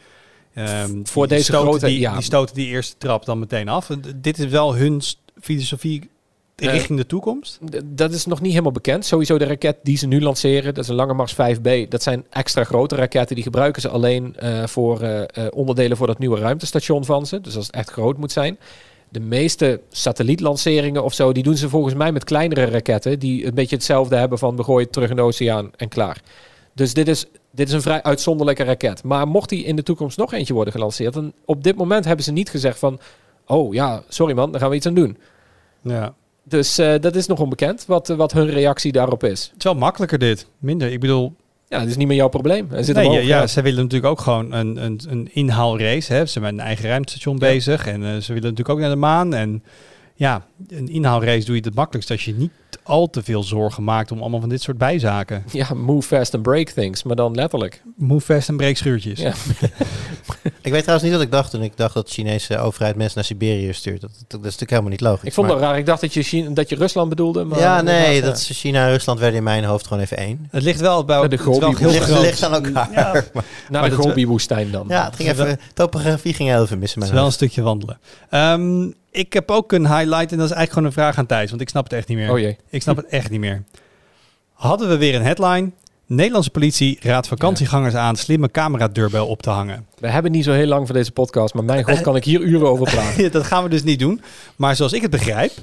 Um, Voor die deze stoten grote- Die, ja. die stoten die eerste trap dan meteen af. En d- dit is wel hun st- filosofie Eh, richting de toekomst? D- Dat is nog niet helemaal bekend. Sowieso de raket die ze nu lanceren, dat is een Lange Mars vijf B. Dat zijn extra grote raketten. Die gebruiken ze alleen uh, voor uh, uh, onderdelen voor dat nieuwe ruimtestation van ze. Dus als het echt groot moet zijn. De meeste satellietlanceringen of zo, die doen ze volgens mij met kleinere raketten. Die een beetje hetzelfde hebben van we gooien het terug in de oceaan en klaar. Dus dit is, dit is een vrij uitzonderlijke raket. Maar mocht die in de toekomst nog eentje worden gelanceerd, dan op dit moment hebben ze niet gezegd van, oh ja, sorry man, daar gaan we iets aan doen. Ja. Dus uh, dat is nog onbekend, wat, uh, wat hun reactie daarop is. Het is wel makkelijker dit. Minder. Ik bedoel... Ja, dat is niet meer jouw probleem. Er zit Nee, omhoog, ja, ja, ja. ze willen natuurlijk ook gewoon een, een, een inhaalrace. Hè. Ze zijn met een eigen ruimtestation Ja. bezig. En uh, ze willen natuurlijk ook naar de maan. En ja, een inhaalrace doe je het makkelijkst als je niet al te veel zorgen maakt om allemaal van dit soort bijzaken. Ja, move fast and break things, maar dan letterlijk. Move fast en breek schuurtjes. Ja. Ik weet trouwens niet wat ik dacht toen ik dacht dat de Chinese overheid mensen naar Siberië stuurt. Dat, dat, dat is natuurlijk helemaal niet logisch. Ik vond maar- het raar. Ik dacht dat je, China, dat je Rusland bedoelde. Maar ja, nee, inderdaad, dat is China en Rusland werden in mijn hoofd gewoon even één. Het ligt wel bij Ja, het de is wel Gobi- heel Het ligt, groot. het ligt aan elkaar. Ja. Maar- Naar Maar de dat- Gobi-woestijn dan. ja, het ging even, topografie ging heel even missen. Het Met is wel een stukje wandelen. Um, ik heb ook een highlight en dat is eigenlijk gewoon een vraag aan Thijs, want ik snap het echt niet meer. Oh jee. Ik snap het echt niet meer. Hadden we weer een headline? Nederlandse politie raadt vakantiegangers aan slimme cameradeurbel op te hangen. We hebben niet zo heel lang voor deze podcast, maar mijn god kan ik hier uren over praten. Dat gaan we dus niet doen. Maar zoals ik het begrijp,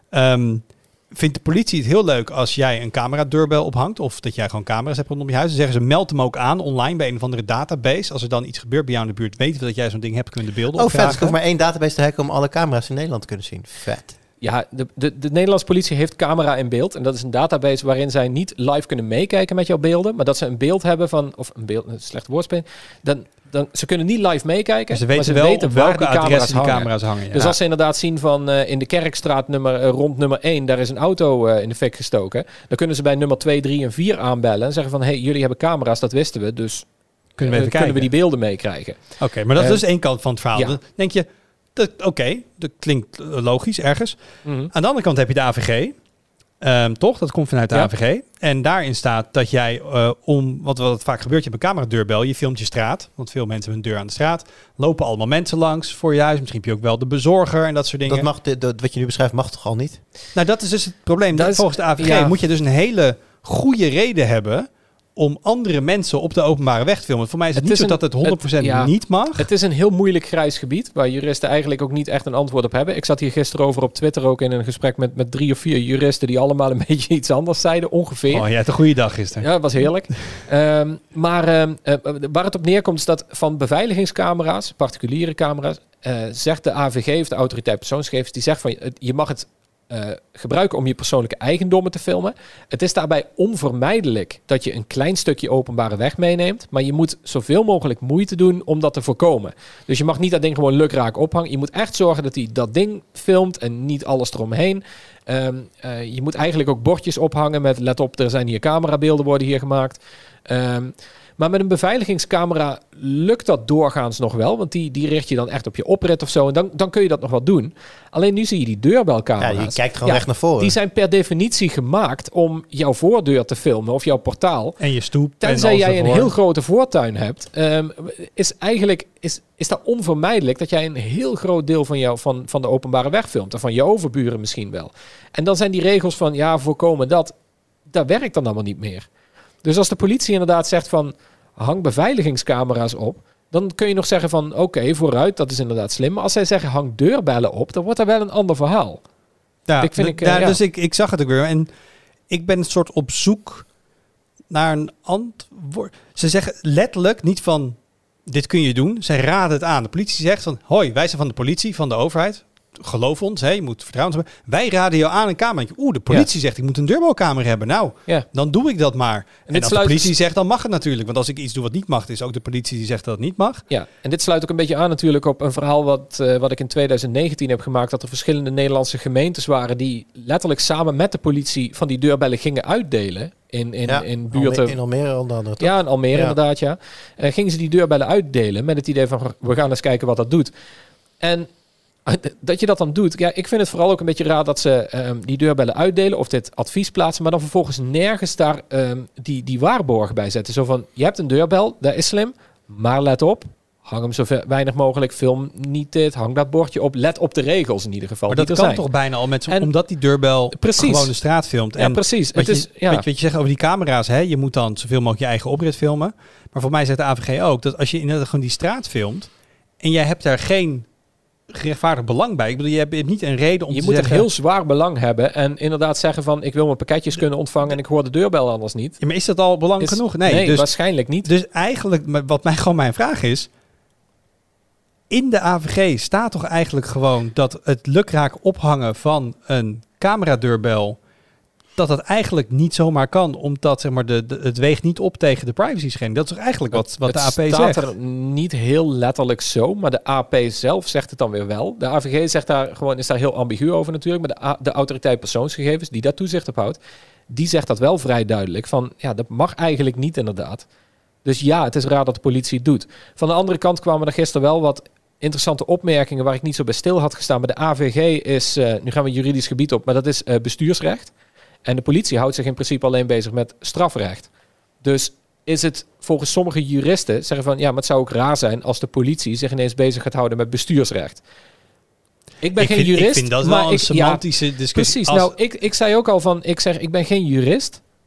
um, vindt de politie het heel leuk als jij een cameradeurbel ophangt. Of dat jij gewoon camera's hebt rondom je huis. Dan zeggen ze, meld hem ook aan online bij een of andere database. Als er dan iets gebeurt bij jou in de buurt, weten we dat jij zo'n ding hebt, kunnen de beelden Oh, opvragen. vet. Ik hoef maar één database te hacken om alle camera's in Nederland te kunnen zien. Vet. Ja, de, de, de Nederlandse politie heeft camera in beeld. En dat is een database waarin zij niet live kunnen meekijken met jouw beelden. Maar dat ze een beeld hebben van, of een beeld, een slecht woordspeling. Dan, dan, ze kunnen niet live meekijken. Maar ze weten maar ze wel weten op waar welke die camera's adressen die hangen. camera's hangen. Ja. Dus als ze inderdaad zien van uh, in de Kerkstraat nummer, uh, rond nummer één, daar is een auto uh, in de fik gestoken. Dan kunnen ze bij nummer twee, drie en vier aanbellen en zeggen van, hey, jullie hebben camera's, dat wisten we. Dus kunnen we, uh, kunnen we die beelden meekrijgen. Oké, okay, maar dat is Uh, dus één kant van het verhaal. ja. Dan denk je, oké, okay, dat klinkt logisch ergens. Mm-hmm. Aan de andere kant heb je de A V G. Um, toch? Dat komt vanuit de Ja. A V G. En daarin staat dat jij uh, om, wat, wat vaak gebeurt, je hebt een cameradeurbel, je filmt je straat. Want veel mensen hebben een deur aan de straat. Lopen allemaal mensen langs voor je huis. Misschien heb je ook wel de bezorger en dat soort dingen. Dat mag, de, de, wat je nu beschrijft mag toch al niet? Nou, dat is dus het probleem. Dat Dat is- volgens de A V G ja. moet je dus een hele goede reden hebben om andere mensen op de openbare weg te filmen. Voor mij is het, Het niet is zo een- dat het honderd procent het- ja. niet mag. Het is een heel moeilijk grijs gebied, waar juristen eigenlijk ook niet echt een antwoord op hebben. Ik zat hier gisteren over op Twitter ook in een gesprek met, met drie of vier juristen die allemaal een beetje iets anders zeiden, ongeveer. Oh, jij had een goede dag gisteren. Ja, dat was heerlijk. um, maar um, uh, waar het op neerkomt is dat van beveiligingscamera's, particuliere camera's, uh, zegt de A V G of de autoriteit persoonsgegevens, die zegt van uh, je mag het uh, gebruiken om je persoonlijke eigendommen te filmen. Het is daarbij onvermijdelijk dat je een klein stukje openbare weg meeneemt, maar je moet zoveel mogelijk moeite doen om dat te voorkomen. Dus je mag niet dat ding gewoon lukraak ophangen. Je moet echt zorgen dat hij dat ding filmt en niet alles eromheen. Um, uh, je moet eigenlijk ook bordjes ophangen met let op, er zijn hier camerabeelden worden hier gemaakt. Um, maar met een beveiligingscamera lukt dat doorgaans nog wel, want die, die richt je dan echt op je oprit of zo en dan, dan kun je dat nog wel doen. Alleen nu zie je die deurbelcamera's. Ja, je kijkt gewoon Ja, recht naar voren. Die zijn per definitie gemaakt om jouw voordeur te filmen of jouw portaal. En je stoep. Tenzij en alles jij een ervoor. heel grote voortuin hebt, um, is eigenlijk is, is dat onvermijdelijk dat jij een heel groot deel van, jou, van, van de openbare weg filmt. En van je overburen misschien wel. En dan zijn die regels van ja, voorkomen dat, dat werkt dan allemaal niet meer. Dus als de politie inderdaad zegt van hang beveiligingscamera's op, dan kun je nog zeggen van oké, okay, vooruit, dat is inderdaad slim. Maar als zij zeggen hang deurbellen op, dan wordt dat wel een ander verhaal. Ja, Ik vind d- ik, uh, ja, ja. Dus ik, ik zag het ook weer. En ik ben een soort op zoek naar een antwoord. Ze zeggen letterlijk niet van dit kun je doen. Zij raden het aan. De politie zegt van hoi, wij zijn van de politie, van de overheid. Geloof ons, hè, je moet vertrouwen hebben. Wij raden jou aan een kamer. Oeh, de politie zegt ik moet een deurbelkamer hebben. Nou, Ja. dan doe ik dat maar. En, dit als sluit- de politie zegt, dan mag het natuurlijk. Want als ik iets doe wat niet mag, is ook de politie die zegt dat het niet mag. Ja, en dit sluit ook een beetje aan natuurlijk op een verhaal wat, uh, wat ik in twintig negentien heb gemaakt. Dat er verschillende Nederlandse gemeentes waren die letterlijk samen met de politie van die deurbellen gingen uitdelen. In, in, Ja, in buurten. In Almere onder andere. toch? Ja, in Almere Ja. inderdaad, ja. Uh, gingen ze die deurbellen uitdelen met het idee van we gaan eens kijken wat dat doet. En dat je dat dan doet. Ja, ik vind het vooral ook een beetje raar dat ze um, die deurbellen uitdelen of dit advies plaatsen, maar dan vervolgens nergens daar um, die, die waarborgen bij zetten. Zo van, je hebt een deurbel, dat is slim, maar let op, hang hem zo ver, weinig mogelijk, film niet dit, hang dat bordje op, let op de regels in ieder geval. Maar die dat er kan zijn. toch bijna al met zo, En- omdat die deurbel Precies. gewoon de straat filmt. Ja, En precies. Wat Het je, is, ja. weet, weet je zeggen over die camera's, hè? Je moet dan zoveel mogelijk je eigen oprit filmen. Maar voor mij zegt de A V G ook dat als je inderdaad gewoon die straat filmt en jij hebt daar geen gerechtvaardigd belang bij. Ik bedoel, je hebt, je hebt niet een reden om Je te moet zeggen... een heel zwaar belang hebben en inderdaad zeggen van ik wil mijn pakketjes kunnen ontvangen en ik hoor de deurbel anders niet. Ja, maar is dat al belang Is- genoeg? Nee, Nee, dus, waarschijnlijk niet. dus eigenlijk, maar wat mij gewoon mijn vraag is, in de A V G staat toch eigenlijk gewoon dat het lukraak ophangen van een cameradeurbel, dat dat eigenlijk niet zomaar kan, omdat zeg maar, de, de, het weegt niet op tegen de privacy schending. Dat is toch eigenlijk wat, wat de A P Het staat zegt? er niet heel letterlijk zo, maar de A P zelf zegt het dan weer wel. De A V G zegt daar gewoon, is daar heel ambigu over natuurlijk, maar de, A- de autoriteit persoonsgegevens, die daar toezicht op houdt, die zegt dat wel vrij duidelijk. Van ja, dat mag eigenlijk niet inderdaad. Dus ja, het is raar dat de politie het doet. Van de andere kant kwamen er gisteren wel wat interessante opmerkingen waar ik niet zo bij stil had gestaan. Maar de A V G is, uh, nu gaan we juridisch gebied op, maar dat is uh, bestuursrecht. En de politie houdt zich in principe alleen bezig met strafrecht. Dus is het volgens sommige juristen zeggen van ja, maar het zou ook raar zijn als de politie zich ineens bezig gaat houden met bestuursrecht. Ik ben ik geen vind, jurist. Ik vind dat maar wel een ik, semantische ja, discussie. precies. Als- Nou, ik, ik zei ook al van, ik zeg, ik ben geen jurist.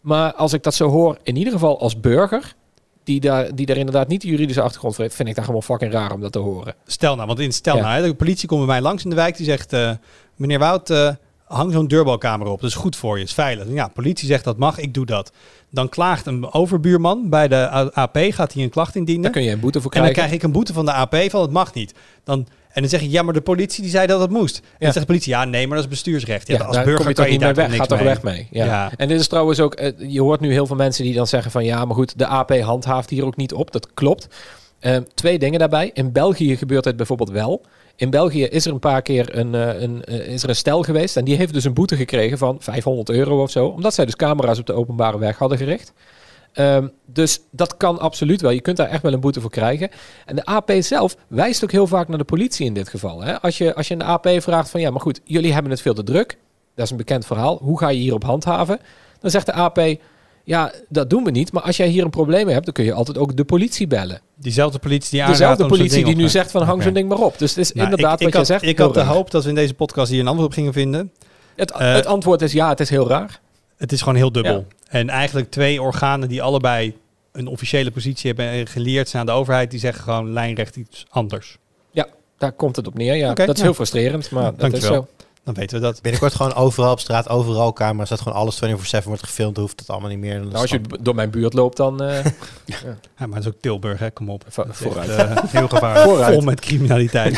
Maar als ik dat zo hoor, in ieder geval als burger, die daar, die daar inderdaad niet de juridische achtergrond voor heeft, vind ik dat gewoon fucking raar om dat te horen. Stel nou, want in stel Ja. nou, hè, de politie komt bij mij langs in de wijk, die zegt, uh, meneer Wout, uh, hang zo'n deurbalkamer op. Dat is goed voor je, is veilig. Ja, politie zegt dat mag, ik doe dat. Dan klaagt een overbuurman bij de A P, gaat hij een klacht indienen. Daar kun je een boete voor En dan krijgen. krijg ik een boete van de A P van het mag niet. Dan, en dan zeg ik, ja, maar de politie die zei dat het moest. En dan zegt de politie, ja, nee, maar dat is bestuursrecht. Ja, Ja, als daar burger kom je kan toch je niet mee daar weg. niks Ga toch mee. weg mee. Ja. Ja. En dit is trouwens ook, uh, je hoort nu heel veel mensen die dan zeggen van ja, maar goed, de A P handhaaft hier ook niet op. Dat klopt. Uh, twee dingen daarbij. In België gebeurt het bijvoorbeeld wel. In België is er een paar keer een, uh, een, uh, is er een stel geweest en die heeft dus een boete gekregen van vijfhonderd euro of zo. Omdat zij dus camera's op de openbare weg hadden gericht. Um, dus dat kan absoluut wel. Je kunt daar echt wel een boete voor krijgen. En de A P zelf wijst ook heel vaak naar de politie in dit geval. Hè? Als je, als je in de A P vraagt van ja, maar goed, jullie hebben het veel te druk. Dat is een bekend verhaal. Hoe ga je hierop handhaven? Dan zegt de A P, ja, dat doen we niet. Maar als jij hier een probleem mee hebt, dan kun je altijd ook de politie bellen. Diezelfde politie die aanraadt Dezelfde om zo'n politie ding die op nu te- zegt van hang Oké. zo'n ding maar op. Dus het is Nou, inderdaad ik, wat ik je had, zegt. Ik had de heel raar. hoop dat we in deze podcast hier een antwoord op gingen vinden. Het, Eh, het antwoord is ja, het is heel raar. Het is gewoon heel dubbel. Ja. En eigenlijk twee organen die allebei een officiële positie hebben en geleerd zijn aan de overheid, die zeggen gewoon lijnrecht iets anders. Ja, daar komt het op neer. Ja, Oké, dat is ja. heel frustrerend, maar dat is Dankjewel. zo. Dan weten we dat. Binnenkort gewoon overal op straat, overal camera's, dat gewoon alles vierentwintig zeven wordt gefilmd, hoeft het allemaal niet meer. Nou, als je b- door mijn buurt loopt, dan uh, Ja, maar dat is ook Tilburg, hè? Kom op. Vo- Dat is vooruit. echt, eh, heel gevaarlijk. Vooruit. Vol met criminaliteit.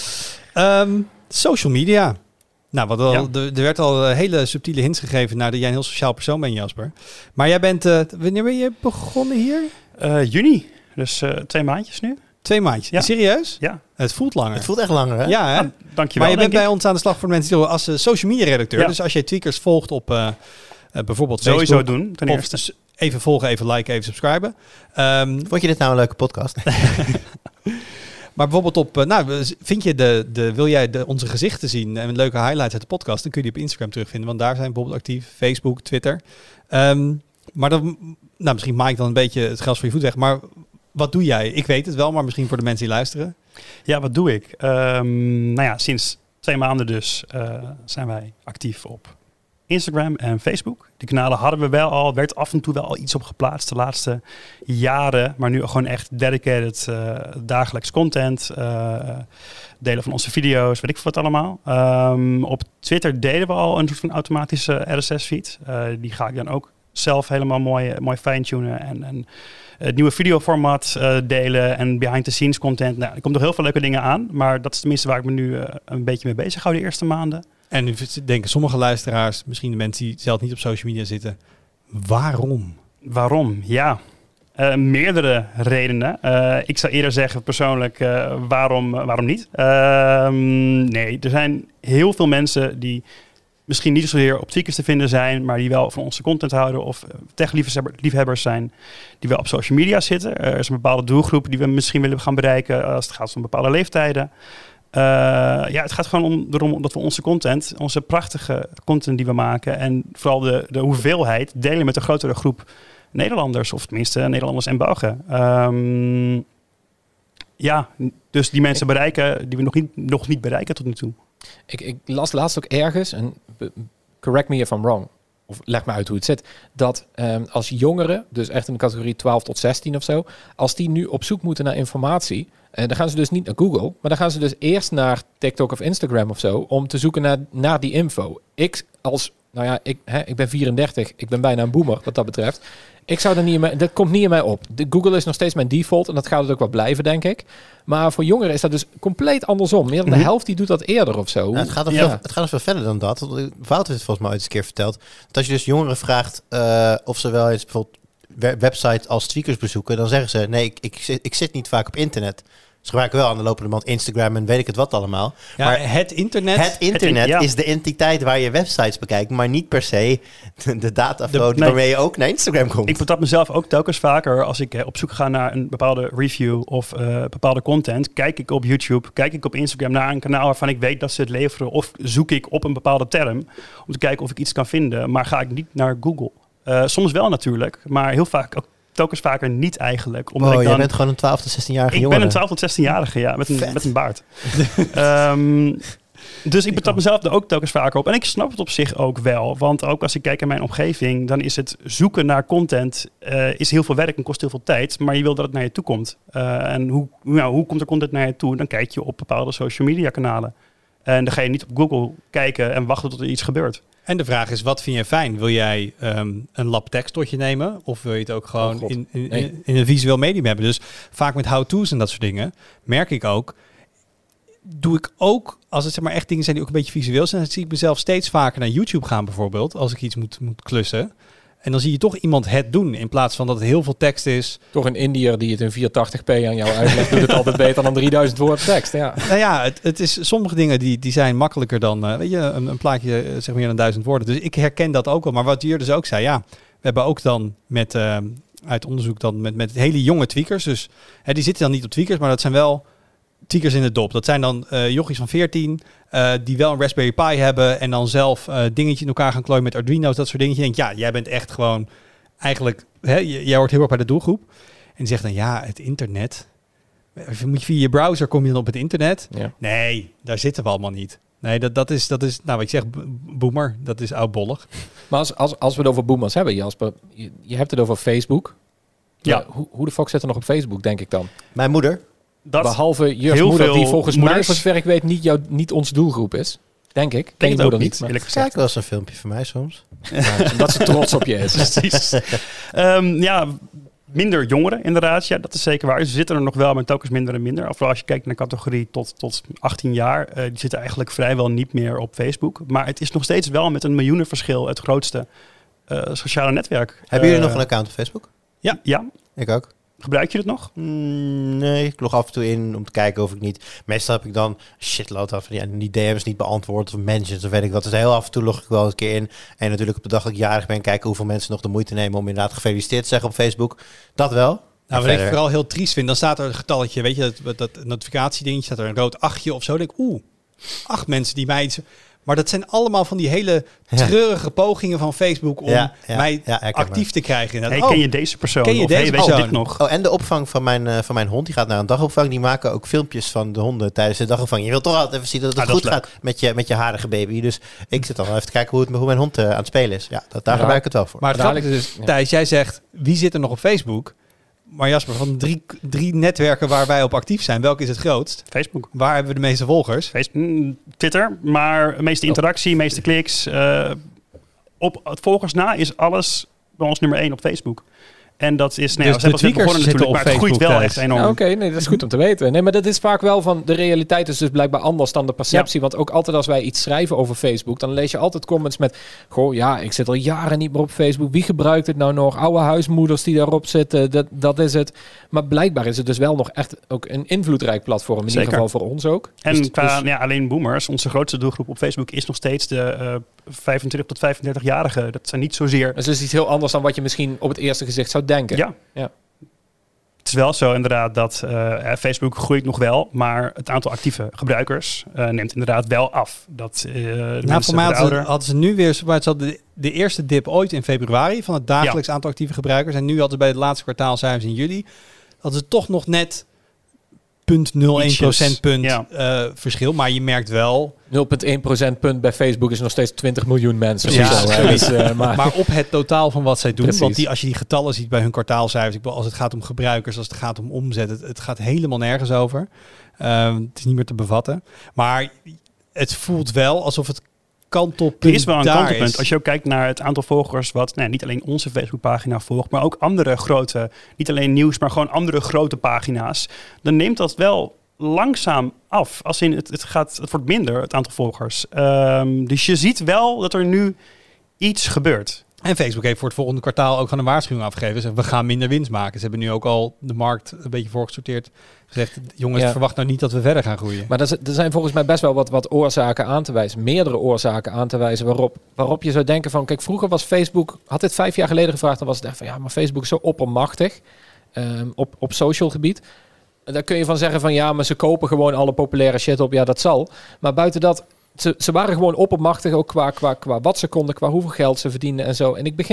daar. um, social media. Nou, wat al, Ja. de, er werd al uh, hele subtiele hints gegeven naar dat jij een heel sociaal persoon bent, Jasper. Maar jij bent, uh, wanneer ben je begonnen hier? Uh, juni, dus uh, twee maandjes nu. Twee maandjes. Ja. Serieus? Ja, Het voelt langer. Het voelt echt langer, hè? Ja, hè? ah, dankjewel. Maar je bent denk bij ons aan de slag voor de mensen die als uh, social media redacteur. Ja. Dus als jij tweakers volgt op uh, uh, bijvoorbeeld ik. Sowieso Facebook, doen, ten of eerste. s- even volgen, even liken, even subscriben. Um, Vond je dit nou een leuke podcast? maar bijvoorbeeld op, uh, nou, vind je de, de, wil jij de, onze gezichten zien en leuke highlights uit de podcast, dan kun je die op Instagram terugvinden, want daar zijn we bijvoorbeeld actief. Facebook, Twitter. Um, maar dan, nou, misschien maak ik dan een beetje het gras voor je voet weg, maar wat doe jij? Ik weet het wel, maar misschien voor de mensen die luisteren. Ja, wat doe ik? Um, nou ja, sinds twee maanden dus uh, zijn wij actief op Instagram en Facebook. Die kanalen hadden we wel al, werd af en toe wel al iets op geplaatst de laatste jaren. Maar nu gewoon echt dedicated uh, dagelijks content. Uh, delen van onze video's, weet ik veel wat allemaal. Um, op Twitter deden we al een soort van automatische R S S-feed. Uh, die ga ik dan ook zelf helemaal mooi, mooi fine-tunen en... en het nieuwe videoformat uh, delen en behind-the-scenes content. Nou, er komt nog heel veel leuke dingen aan. Maar dat is tenminste waar ik me nu uh, een beetje mee bezig hou de eerste maanden. En nu denken sommige luisteraars, misschien de mensen die zelf niet op social media zitten, waarom? Waarom? Ja, uh, meerdere redenen. Uh, ik zou eerder zeggen persoonlijk, uh, waarom, uh, waarom niet? Uh, nee, er zijn heel veel mensen die misschien niet zozeer op tweakers te vinden zijn, maar die wel van onze content houden of tech-liefhebbers zijn, die wel op social media zitten. Er is een bepaalde doelgroep die we misschien willen gaan bereiken als het gaat om bepaalde leeftijden. Uh, ja, het gaat gewoon om, erom dat we onze content, onze prachtige content die we maken en vooral de, de hoeveelheid delen met een grotere groep Nederlanders, of tenminste Nederlanders en Belgen. Um, ja, dus die mensen bereiken die we nog niet, nog niet bereiken tot nu toe. Ik, ik las laatst ook ergens, en correct me if I'm wrong, of leg me uit hoe het zit, dat um, als jongeren, dus echt in de categorie twaalf tot zestien of zo, als die nu op zoek moeten naar informatie, uh, dan gaan ze dus niet naar Google, maar dan gaan ze dus eerst naar TikTok of Instagram of zo, om te zoeken naar, naar die info. Ik als, nou ja, ik, hè, ik ben vierendertig, ik ben bijna een boomer wat dat betreft. Ik zou er niet in mij, dat komt niet in mij op. De Google is nog steeds mijn default en dat gaat het ook wel blijven, denk ik. Maar voor jongeren is dat dus compleet andersom. Meer dan de Mm-hmm. helft die doet dat eerder of zo. Nou, het, gaat nog Ja. veel, het gaat nog veel verder dan dat. Wout heeft het volgens mij ooit eens een keer verteld. Dat als je dus jongeren vraagt uh, of ze wel eens bijvoorbeeld we- websites als tweakers bezoeken, dan zeggen ze, nee, ik, ik, zit, ik zit niet vaak op internet. Ze gebruiken wel aan de lopende band Instagram en weet ik het wat allemaal. Ja, maar het internet. het internet Het in- ja. is de entiteit waar je websites bekijkt, maar niet per se de, de dataflow De- nee. waarmee je ook naar Instagram komt. Ik betrap mezelf ook telkens vaker als ik eh, op zoek ga naar een bepaalde review of uh, bepaalde content. Kijk ik op YouTube, kijk ik op Instagram naar een kanaal waarvan ik weet dat ze het leveren. Of zoek ik op een bepaalde term om te kijken of ik iets kan vinden. Maar ga ik niet naar Google. Uh, soms wel natuurlijk, maar heel vaak ook telkens vaker niet eigenlijk. Omdat oh, ik dan, jij bent gewoon een twaalf tot zestien-jarige ik jongen. ben een twaalf tot zestien-jarige, ja, met een, Vet. met een baard. um, Dus ik betrap mezelf er ook telkens vaker op. En ik snap het op zich ook wel. Want ook als ik kijk naar mijn omgeving, dan is het zoeken naar content uh, is heel veel werk en kost heel veel tijd. Maar je wil dat het naar je toe komt. Uh, en hoe, nou, hoe komt er content naar je toe? Dan kijk je op bepaalde social media kanalen. En dan ga je niet op Google kijken en wachten tot er iets gebeurt. En de vraag is, wat vind je fijn? Wil jij um, een lab tekst tot je nemen? Of wil je het ook gewoon oh in, in, nee. in, in een visueel medium hebben? Dus vaak met how-to's en dat soort dingen merk ik ook... doe ik ook, als het zeg maar echt dingen zijn die ook een beetje visueel zijn, dan zie ik mezelf steeds vaker naar YouTube gaan bijvoorbeeld, als ik iets moet, moet klussen. En dan zie je toch iemand het doen, in plaats van dat het heel veel tekst is. Toch een Indiër die het in vierentachtig p aan jou uitlegt, doet het altijd beter dan drieduizend woord tekst. Ja. Nou ja, het, het is sommige dingen die, die zijn makkelijker dan, uh, weet je, een, een plaatje uh, zeg meer dan duizend woorden. Dus ik herken dat ook wel. Maar wat hier dus ook zei, ja, we hebben ook dan met, uh, uit onderzoek dan met, met hele jonge tweakers. Dus hè, die zitten dan niet op tweakers, maar dat zijn wel tweakers in de dop. Dat zijn dan uh, jochies van veertien, uh, die wel een Raspberry Pi hebben en dan zelf uh, dingetje in elkaar gaan klooien met Arduino's, dat soort dingetjes. Je denkt, ja, jij bent echt gewoon eigenlijk, hè, jij hoort heel erg bij de doelgroep. En die zegt dan, ja, het internet. Moet je via je browser, kom je dan op het internet? Ja. Nee, daar zitten we allemaal niet. Nee, dat, dat, is, dat is, nou wat ik zeg, boomer, dat is oudbollig. Maar als, als, als we het over boomers hebben, Jasper, je, je hebt het over Facebook. Ja. Ja. Hoe, hoe de fuck zit er nog op Facebook, denk ik dan? Mijn moeder. Dat Behalve Jurs heel moeder, veel die volgens moeders- mij, voor zover ik weet, niet, jou, niet onze doelgroep is. Denk ik. Ken denk je het ook moeder niet, niet. maar- eerlijk Kijk gezegd. wel eens een filmpje van mij soms. Ja, omdat ze trots op je is. Precies. um, ja, minder jongeren inderdaad. Ja, dat is zeker waar. Ze zitten er nog wel, maar telkens minder en minder. Vooral als je kijkt naar de categorie tot, tot achttien jaar. Uh, die zitten eigenlijk vrijwel niet meer op Facebook. Maar het is nog steeds wel met een miljoenenverschil het grootste uh, sociale netwerk. Hebben jullie Uh, nog een account op Facebook? Ja, ja. Ik ook. Gebruik je het nog? Mm, nee, ik log af en toe in om te kijken of ik niet... Meestal heb ik dan shitload af van ja, die D M's niet beantwoord of mentions of weet ik wat. Dus heel af en toe log ik wel eens een keer in. En natuurlijk op de dag dat ik jarig ben, kijken hoeveel mensen nog de moeite nemen om inderdaad gefeliciteerd te zeggen op Facebook. Dat wel. Nou, En wat ik verder- vooral heel triest vind, dan staat er een getalletje, weet je, dat, dat notificatiedingetje, staat er een rood achtje of zo. Dan denk ik, oeh, acht mensen die mij iets... Maar dat zijn allemaal van die hele treurige pogingen van Facebook om Ja, ja, mij ja, herkenbaar. actief te krijgen. Hey, Inderdaad. ken Oh, je deze persoon? ken je Of deze hey, weet je persoon? dit nog? Oh, en de opvang van mijn, uh, van mijn hond, die gaat naar een dagopvang. Die maken ook filmpjes van de honden tijdens de dagopvang. Je wilt toch altijd even zien dat het Ah, dat goed is gaat met je, met je harige baby. Dus ik zit dan wel even te kijken hoe, het, hoe mijn hond uh, aan het spelen is. Ja, dat, daar Ja. gebruik ik het wel voor. maar het Dadelijk grappige is, dus, ja. Thijs, jij zegt, wie zit er nog op Facebook? Maar Jasper, van de drie, drie netwerken waar wij op actief zijn, welke is het grootst? Facebook. Waar hebben we de meeste volgers? Facebook, mm, Twitter, maar de meeste interactie, meeste kliks. Uh, op het volgers na is alles bij ons nummer één op Facebook. En dat is, nou ja, Dus we de zijn pas net tweakers begonnen natuurlijk, zitten op maar het groeit Facebook, wel Thijs. echt enorm. Ja, Oké, nee, dat is goed om te weten. Nee, maar dat is vaak wel van de realiteit is dus blijkbaar anders dan de perceptie. Want ook altijd als wij iets schrijven over Facebook, dan lees je altijd comments met, goh, ja, ik zit al jaren niet meer op Facebook. Wie gebruikt het nou nog? Oude huismoeders die daarop zitten, dat, dat is het. Maar blijkbaar is het dus wel nog echt ook een invloedrijk platform. In Zeker. ieder geval voor ons ook. En Dus- qua dus- ja, alleen boomers, onze grootste doelgroep op Facebook is nog steeds de uh, vijfentwintig tot vijfendertig-jarigen. Dat zijn niet zozeer... dus het is iets heel anders dan wat je misschien op het eerste gezicht zou denken. Ja. Ja. Het is wel zo inderdaad dat uh, Facebook groeit nog wel, maar het aantal actieve gebruikers uh, neemt inderdaad wel af. Dat uh, de Nou, mensen voor mij wat hadden ze, ouder... hadden ze nu weer, maar het zat de, de eerste dip ooit in februari van het dagelijks aantal actieve gebruikers. En nu hadden ze bij het laatste kwartaalcijfers in juli, hadden ze toch nog net nul komma nul één procentpunt Ja. uh, verschil. Maar je merkt wel, nul komma één procentpunt bij Facebook is nog steeds twintig miljoen mensen. Ja, of zo, hè. zoiets. Dus, uh, maar, maar op het totaal van wat zij doen. Precies. Want die, als je die getallen ziet bij hun kwartaalcijfers, ik bedoel, als het gaat om gebruikers, als het gaat om omzet, het, het gaat helemaal nergens over. Uh, het is niet meer te bevatten. Maar het voelt wel alsof het kantelpunt Er is wel een daar kantelpunt. is. Als je ook kijkt naar het aantal volgers wat nou, niet alleen onze Facebookpagina volgt, maar ook andere grote, niet alleen nieuws, maar gewoon andere grote pagina's, dan neemt dat wel langzaam af. Als in het, het, gaat, het wordt minder, het aantal volgers. Um, dus je ziet wel dat er nu iets gebeurt. En Facebook heeft voor het volgende kwartaal ook gewoon een waarschuwing afgegeven. Ze we gaan minder winst maken. Ze hebben nu ook al de markt een beetje voorgesorteerd. Gezegd, jongens, Ja. verwacht nou niet dat we verder gaan groeien. maar er, z- er zijn volgens mij best wel wat, wat oorzaken aan te wijzen. Meerdere oorzaken aan te wijzen waarop, waarop je zou denken van... Kijk, vroeger was Facebook... Had dit vijf jaar geleden gevraagd, dan was het echt van... Ja, maar Facebook is zo oppermachtig um, op, op social gebied. En daar kun je van zeggen van... Ja, maar ze kopen gewoon alle populaire shit op. Ja, dat zal. Maar buiten dat... Ze, ze waren gewoon oppermachtig ook qua, qua, qua wat ze konden, qua hoeveel geld ze verdienden en zo. En ik begin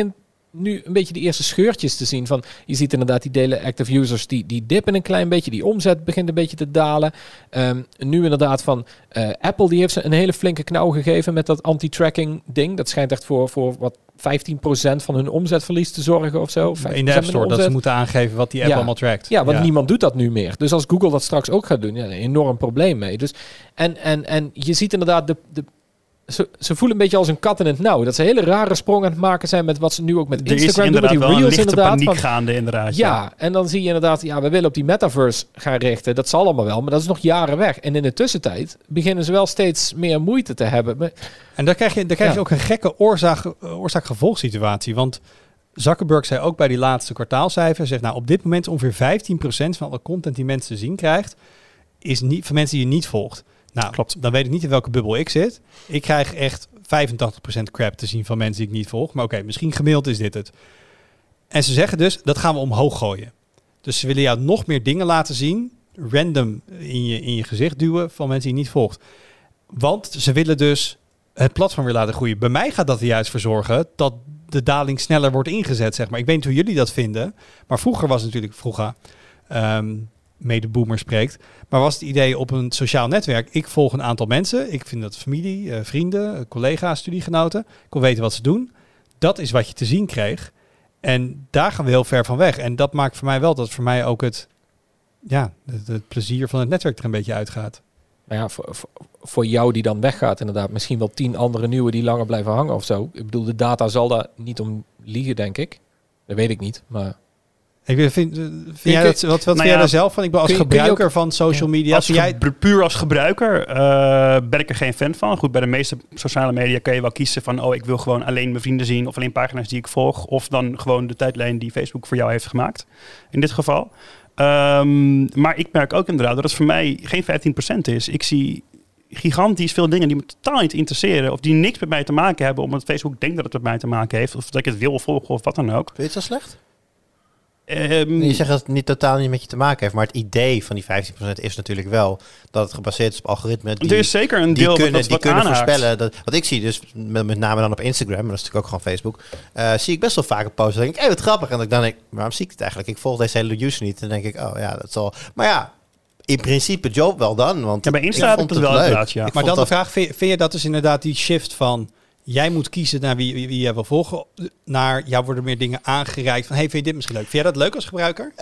nu een beetje de eerste scheurtjes te zien. Van, je ziet inderdaad die daily active users, die, die dippen een klein beetje. Die omzet begint een beetje te dalen. Um, nu inderdaad van uh, Apple, die heeft ze een hele flinke knauw gegeven met dat anti-tracking ding. Dat schijnt echt voor, voor wat vijftien procent van hun omzetverlies te zorgen of zo. In de App Store, dat ze moeten aangeven wat die app ja. allemaal trackt. Ja, want ja. niemand doet dat nu meer. Dus als Google dat straks ook gaat doen, ja, een enorm probleem mee. Dus, en, en, en je ziet inderdaad de... de Ze, ze voelen een beetje als een kat in het nauw. Dat ze hele rare sprongen aan het maken zijn met wat ze nu ook met Instagram doen. Met die Reels inderdaad. paniek van, gaande inderdaad. Ja, ja, en dan zie je inderdaad, ja, we willen op die metaverse gaan richten. Dat zal allemaal wel, maar dat is nog jaren weg. En in de tussentijd beginnen ze wel steeds meer moeite te hebben. Maar, en daar krijg je, daar krijg je ja. ook een gekke oorzaak, oorzaak-gevolgsituatie. Want Zuckerberg zei ook bij die laatste kwartaalcijfers, zegt nou op dit moment ongeveer vijftien procent van alle content die mensen zien krijgt, is niet van mensen die je niet volgt. Nou, klopt. Dan weet ik niet in welke bubbel ik zit. Ik krijg echt vijfentachtig procent crap te zien van mensen die ik niet volg. Maar oké, okay, misschien gemiddeld is dit het. En ze zeggen dus, dat gaan we omhoog gooien. Dus ze willen jou nog meer dingen laten zien, random in je, in je gezicht duwen van mensen die je niet volgt. Want ze willen dus het platform weer laten groeien. Bij mij gaat dat er juist voor zorgen dat de daling sneller wordt ingezet, zeg maar. Ik weet niet hoe jullie dat vinden. Maar vroeger was het natuurlijk, vroeger... Um, mede-boomer spreekt. Maar was het idee op een sociaal netwerk, ik volg een aantal mensen, ik vind dat familie, uh, vrienden, uh, collega's, studiegenoten, ik wil weten wat ze doen. Dat is wat je te zien kreeg. En daar gaan we heel ver van weg. En dat maakt voor mij wel dat voor mij ook het, ja, het, het plezier van het netwerk er een beetje uitgaat. Nou ja, voor, voor jou die dan weggaat inderdaad, misschien wel tien andere nieuwe die langer blijven hangen of zo. Ik bedoel, de data zal daar niet om liegen, denk ik. Dat weet ik niet, maar... Ik vind, vind, vind jij dat, wat wat nou vind ja, jij daar zelf van? Ik ben als je, gebruiker ook, van social media. Als jij... ge, puur als gebruiker uh, ben ik er geen fan van. Goed, bij de meeste sociale media kun je wel kiezen van, oh, ik wil gewoon alleen mijn vrienden zien of alleen pagina's die ik volg. Of dan gewoon de tijdlijn die Facebook voor jou heeft gemaakt. In dit geval. Um, maar ik merk ook inderdaad dat het voor mij geen vijftien procent is. Ik zie gigantisch veel dingen die me totaal niet interesseren. Of die niks met mij te maken hebben, omdat Facebook denkt dat het met mij te maken heeft. Of dat ik het wil volgen of wat dan ook. Vind je het zo slecht? Um, je zegt dat het niet totaal niet met je te maken heeft, maar het idee van die vijftien procent is natuurlijk wel dat het gebaseerd is op algoritmen. Die, er is zeker een die deel kunnen, wat, die wat kunnen aanhaakt. voorspellen. Dat, wat ik zie dus, met, met name dan op Instagram, maar dat is natuurlijk ook gewoon Facebook, uh, zie ik best wel vaak een post. Dan denk ik, hé, hey, wat grappig. En dan denk ik, waarom zie ik het eigenlijk? Ik volg deze hele user niet. En dan denk ik, oh ja, dat zal. Maar ja, in principe job wel dan. Want ja, bij Insta heb ik het wel inderdaad, ja. Maar dan de vraag, vind, vind je dat dus inderdaad die shift van jij moet kiezen naar wie, wie, wie jij wil volgen, naar jou worden meer dingen aangereikt van, hey, vind je dit misschien leuk? Vind jij dat leuk als gebruiker? Um,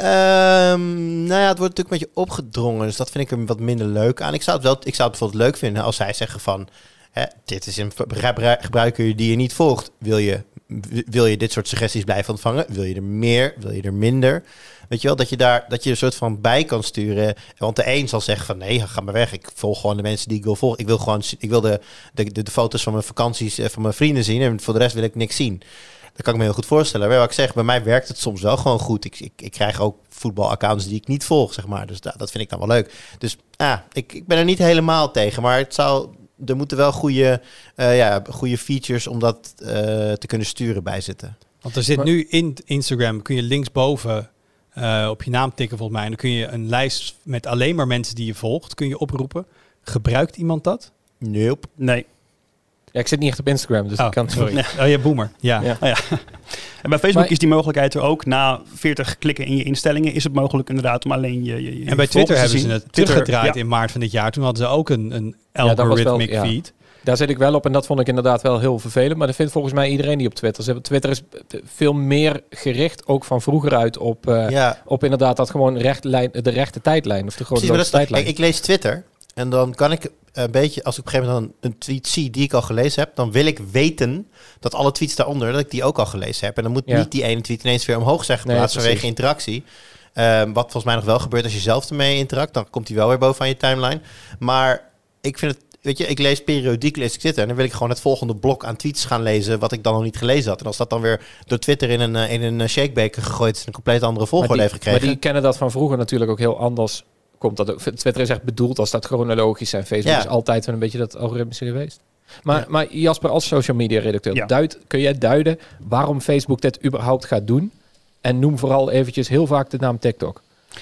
nou ja, het wordt natuurlijk een beetje opgedrongen, dus dat vind ik er wat minder leuk aan. Ik zou het wel, ik zou het bijvoorbeeld leuk vinden als zij zeggen van, hè, dit is een gebruiker die je niet volgt. Wil je, wil je dit soort suggesties blijven ontvangen? Wil je er meer? Wil je er minder? Weet je wel, dat je daar dat je een soort van bij kan sturen. Want de een zal zeggen van nee, ga maar weg. Ik volg gewoon de mensen die ik wil volgen. Ik wil gewoon, ik wil de, de, de, de foto's van mijn vakanties, van mijn vrienden zien. En voor de rest wil ik niks zien. Dat kan ik me heel goed voorstellen. Maar wat ik zeg, bij mij werkt het soms wel gewoon goed. Ik, ik, ik krijg ook voetbalaccounts die ik niet volg, zeg maar. Dus dat, dat vind ik dan wel leuk. Dus ah, ik, ik ben er niet helemaal tegen. Maar het zou, er moeten wel goede, uh, ja, goede features om dat uh, te kunnen sturen bij zitten. Want er zit maar, nu in Instagram, kun je linksboven Uh, op je naam tikken volgens mij. En dan kun je een lijst met alleen maar mensen die je volgt, kun je oproepen. Gebruikt iemand dat? Nope. Nee. Ja, ik zit niet echt op Instagram, dus oh, ik kan... Sorry. Nee. Oh, je boomer. Ja. ja. Oh, ja. En bij Facebook maar, is die mogelijkheid er ook. Na veertig klikken in je instellingen is het mogelijk inderdaad om alleen je, je, je En bij Twitter hebben zien. ze het teruggedraaid ja. in maart van dit jaar. Toen hadden ze ook een, een algorithmic ja, wel, feed. Ja. Daar zit ik wel op en dat vond ik inderdaad wel heel vervelend. Maar dat vindt volgens mij iedereen die op Twitter zit. Twitter is veel meer gericht, ook van vroeger uit, op, uh, ja. op inderdaad dat gewoon recht lijn, de rechte tijdlijn. Of de grote tijdlijn. Ik, ik lees Twitter en dan kan ik een beetje, als ik op een gegeven moment dan een tweet zie die ik al gelezen heb, dan wil ik weten dat alle tweets daaronder, dat ik die ook al gelezen heb. En dan moet ja. niet die ene tweet ineens weer omhoog zijn geplaatst nee, vanwege interactie. Uh, wat volgens mij nog wel gebeurt als je zelf ermee interact, dan komt die wel weer bovenaan je timeline. Maar ik vind het, weet je, ik lees periodiek lees ik Twitter en dan wil ik gewoon het volgende blok aan tweets gaan lezen wat ik dan nog niet gelezen had. En als dat dan weer door Twitter in een, in een shakebeker gegooid is en een compleet andere volgorde heeft gekregen. Maar die kennen dat van vroeger natuurlijk ook heel anders. Komt dat ook. Twitter is echt bedoeld als dat chronologisch en Facebook ja. is altijd wel een beetje dat algoritmische geweest. Maar, ja. maar Jasper, als social media redacteur, ja. duid, kun jij duiden waarom Facebook dit überhaupt gaat doen? En noem vooral eventjes heel vaak de naam TikTok.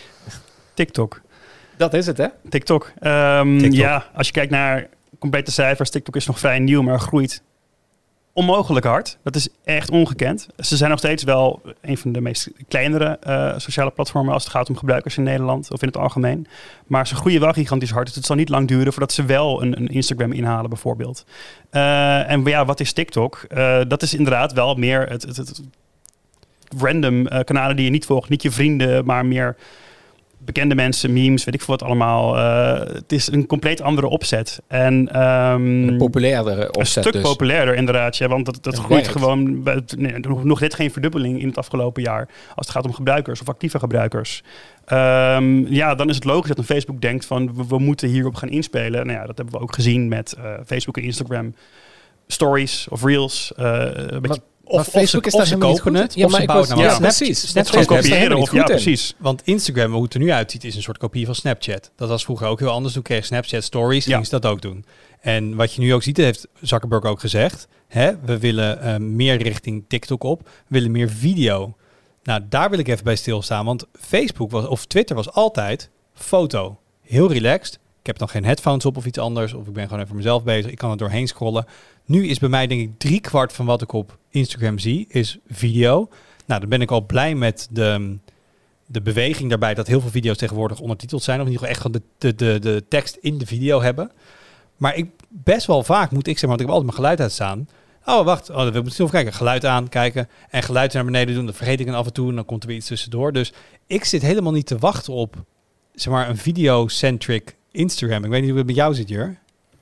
TikTok. Dat is het, hè? TikTok. Um, TikTok. Ja, als je kijkt naar complete cijfers, TikTok is nog vrij nieuw, maar groeit onmogelijk hard. Dat is echt ongekend. Ze zijn nog steeds wel een van de meest kleinere uh, sociale platformen als het gaat om gebruikers in Nederland of in het algemeen. Maar ze groeien wel gigantisch hard. Dus het zal niet lang duren voordat ze wel een, een Instagram inhalen bijvoorbeeld. Uh, en ja, wat is TikTok? Uh, dat is inderdaad wel meer het, het, het random uh, kanalen die je niet volgt. Niet je vrienden, maar meer bekende mensen, memes, weet ik veel wat allemaal. Uh, het is een compleet andere opzet. En um, een populairdere opzet. Een stuk dus. populairder inderdaad. Ja, want dat, dat groeit werkt. gewoon. Nee, nog net geen verdubbeling in het afgelopen jaar. Als het gaat om gebruikers of actieve gebruikers. Um, ja, dan is het logisch dat een Facebook denkt van we, we moeten hierop gaan inspelen. Nou ja, dat hebben we ook gezien met uh, Facebook en Instagram. Stories of Reels. Uh, een beetje. Of, maar Facebook of is daar ze helemaal kopen niet het, ja, of maar ze ik bouwen was, nou ja, Snap, precies. Snapchat Snapchat kopiëren of ja, precies. Want Instagram, hoe het er nu uitziet, is een soort kopie van Snapchat. Dat was vroeger ook heel anders. Toen kreeg Snapchat Stories, ja. gingen ze dat ook doen. En wat je nu ook ziet, heeft Zuckerberg ook gezegd. Hè, we willen uh, meer richting TikTok op. We willen meer video. Nou, daar wil ik even bij stilstaan. Want Facebook was, of Twitter was altijd foto. Heel relaxed. Ik heb nog geen headphones op of iets anders. Of ik ben gewoon even voor mezelf bezig. Ik kan er doorheen scrollen. Nu is bij mij denk ik drie kwart van wat ik op Instagram zie, is video. Nou, dan ben ik al blij met de, de beweging daarbij dat heel veel video's tegenwoordig ondertiteld zijn. Of in ieder geval echt de, de, de, de tekst in de video hebben. Maar ik best wel vaak moet ik zeggen, want ik heb altijd mijn geluid uitstaan. Oh, wacht. Oh, we moeten even kijken. Geluid aan, kijken. En geluid naar beneden doen. Dat vergeet ik dan af en toe. En dan komt er weer iets tussendoor. Dus ik zit helemaal niet te wachten op, zeg maar, een video-centric Instagram. Ik weet niet hoe het met jou zit, Jur.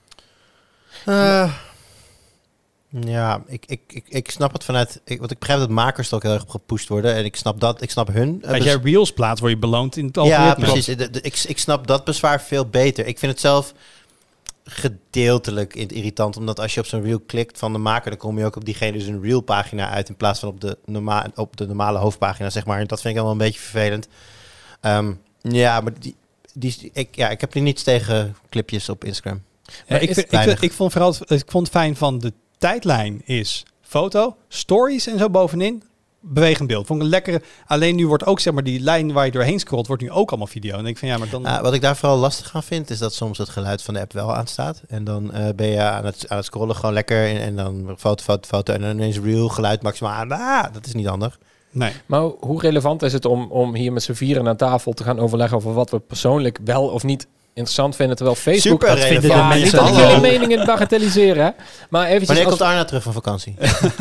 Uh, ja, ik, ik, ik, ik snap het vanuit... Ik, want ik begrijp dat makers er ook heel erg op gepusht worden. En ik snap dat. Ik snap hun. Als jij Reels plaatst, word je beloond in het algoritme. Ja, precies. De, de, ik, ik snap dat bezwaar veel beter. Ik vind het zelf gedeeltelijk irritant. Omdat als je op zo'n reel klikt van de maker, dan kom je ook op diegene dus een reel pagina uit in plaats van op de, norma- op de normale hoofdpagina, zeg maar. En dat vind ik allemaal een beetje vervelend. Um, ja, maar die, die, ik, ja, ik heb er niets tegen clipjes op Instagram. Ja, ik, vind, ik, ik, vond vooral, ik vond het fijn van de tijdlijn is foto, stories en zo bovenin. Bewegend beeld. Vond ik een lekkere. Alleen nu wordt ook, zeg maar, die lijn waar je doorheen scrolt, wordt nu ook allemaal video. En dan denk ik van ja, maar dan. Uh, wat ik daar vooral lastig aan vind, is dat soms het geluid van de app wel aanstaat. En dan uh, ben je aan het, aan het scrollen gewoon lekker. En, en dan foto, foto, foto. En dan ineens reel, geluid maximaal aan. Ah, dat is niet handig. Nee. Maar hoe relevant is het om, om hier met z'n vieren aan tafel te gaan overleggen over wat we persoonlijk wel of niet interessant vinden, terwijl Facebook... Super relevant. Ja, niet dat ik jullie meningen bagatelliseren, hè. Maar eventjes Wanneer als... komt Arna terug van vakantie?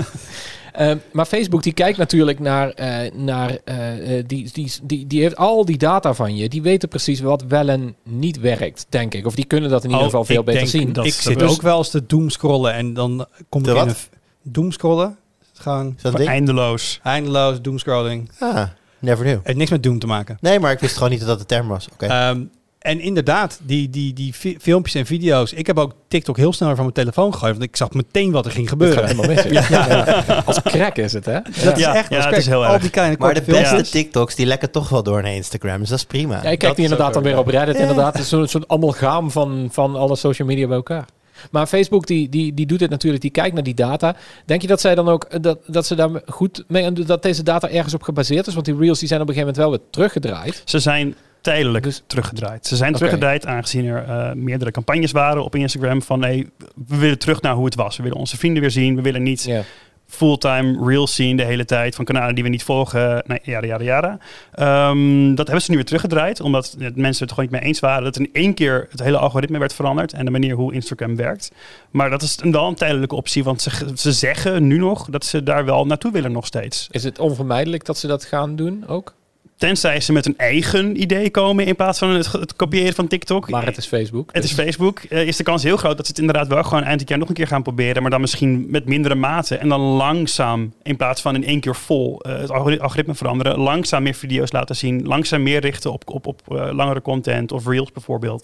Uh, maar Facebook die kijkt natuurlijk naar... Uh, naar uh, die, die, die, die heeft al die data van je. Die weten precies wat wel en niet werkt, denk ik. Of die kunnen dat in ieder oh, geval veel beter zien. Dat ik zit dus ook wel eens te doomscrollen en dan kom ik in een... Doomscrollen? Gewoon eindeloos. Eindeloos, doomscrolling. Ah, never knew. Het heeft niks met doom te maken. Nee, maar ik wist gewoon niet dat dat de term was. Okay. Um, en inderdaad, die, die, die fi- filmpjes en video's. Ik heb ook TikTok heel snel van mijn telefoon gegooid. Want ik zag meteen wat er ging gebeuren. Helemaal mis. Ja. Ja. Ja. Als crack is het, hè? Dat ja. is echt ja, als het is heel al erg. die kleine maar de beste filmpjes. TikToks, die lekken toch wel door naar Instagram. Dus dat is prima. Ja, ik kijk die inderdaad dan weer op Reddit. Ja. Inderdaad, het is zo'n soort amalgaam van, van alle social media bij elkaar. Maar Facebook die, die, die doet het natuurlijk, die kijkt naar die data. Denk je dat zij dan ook dat, dat ze daar goed mee, dat deze data ergens op gebaseerd is? Want die reels die zijn op een gegeven moment wel weer teruggedraaid. Ze zijn tijdelijk dus, teruggedraaid. Ze zijn okay. teruggedraaid aangezien er uh, meerdere campagnes waren op Instagram van hey, we willen terug naar hoe het was. We willen onze vrienden weer zien. We willen niet yeah. fulltime reels zien de hele tijd van kanalen die we niet volgen. Nee, jaren, jaren, jaren. Um, dat hebben ze nu weer teruggedraaid, omdat ja, mensen het gewoon niet mee eens waren. Dat in één keer het hele algoritme werd veranderd en de manier hoe Instagram werkt. Maar dat is wel een tijdelijke optie, want ze, ze zeggen nu nog dat ze daar wel naartoe willen nog steeds. Is het onvermijdelijk dat ze dat gaan doen ook? Tenzij ze met een eigen idee komen in plaats van het, het kopiëren van TikTok. Maar het is Facebook. Het is Facebook. Uh, is de kans heel groot dat ze het inderdaad wel gewoon eind dit jaar nog een keer gaan proberen. Maar dan misschien met mindere mate. En dan langzaam, in plaats van in één keer vol uh, het algoritme veranderen. Langzaam meer video's laten zien. Langzaam meer richten op, op, op uh, langere content of reels bijvoorbeeld.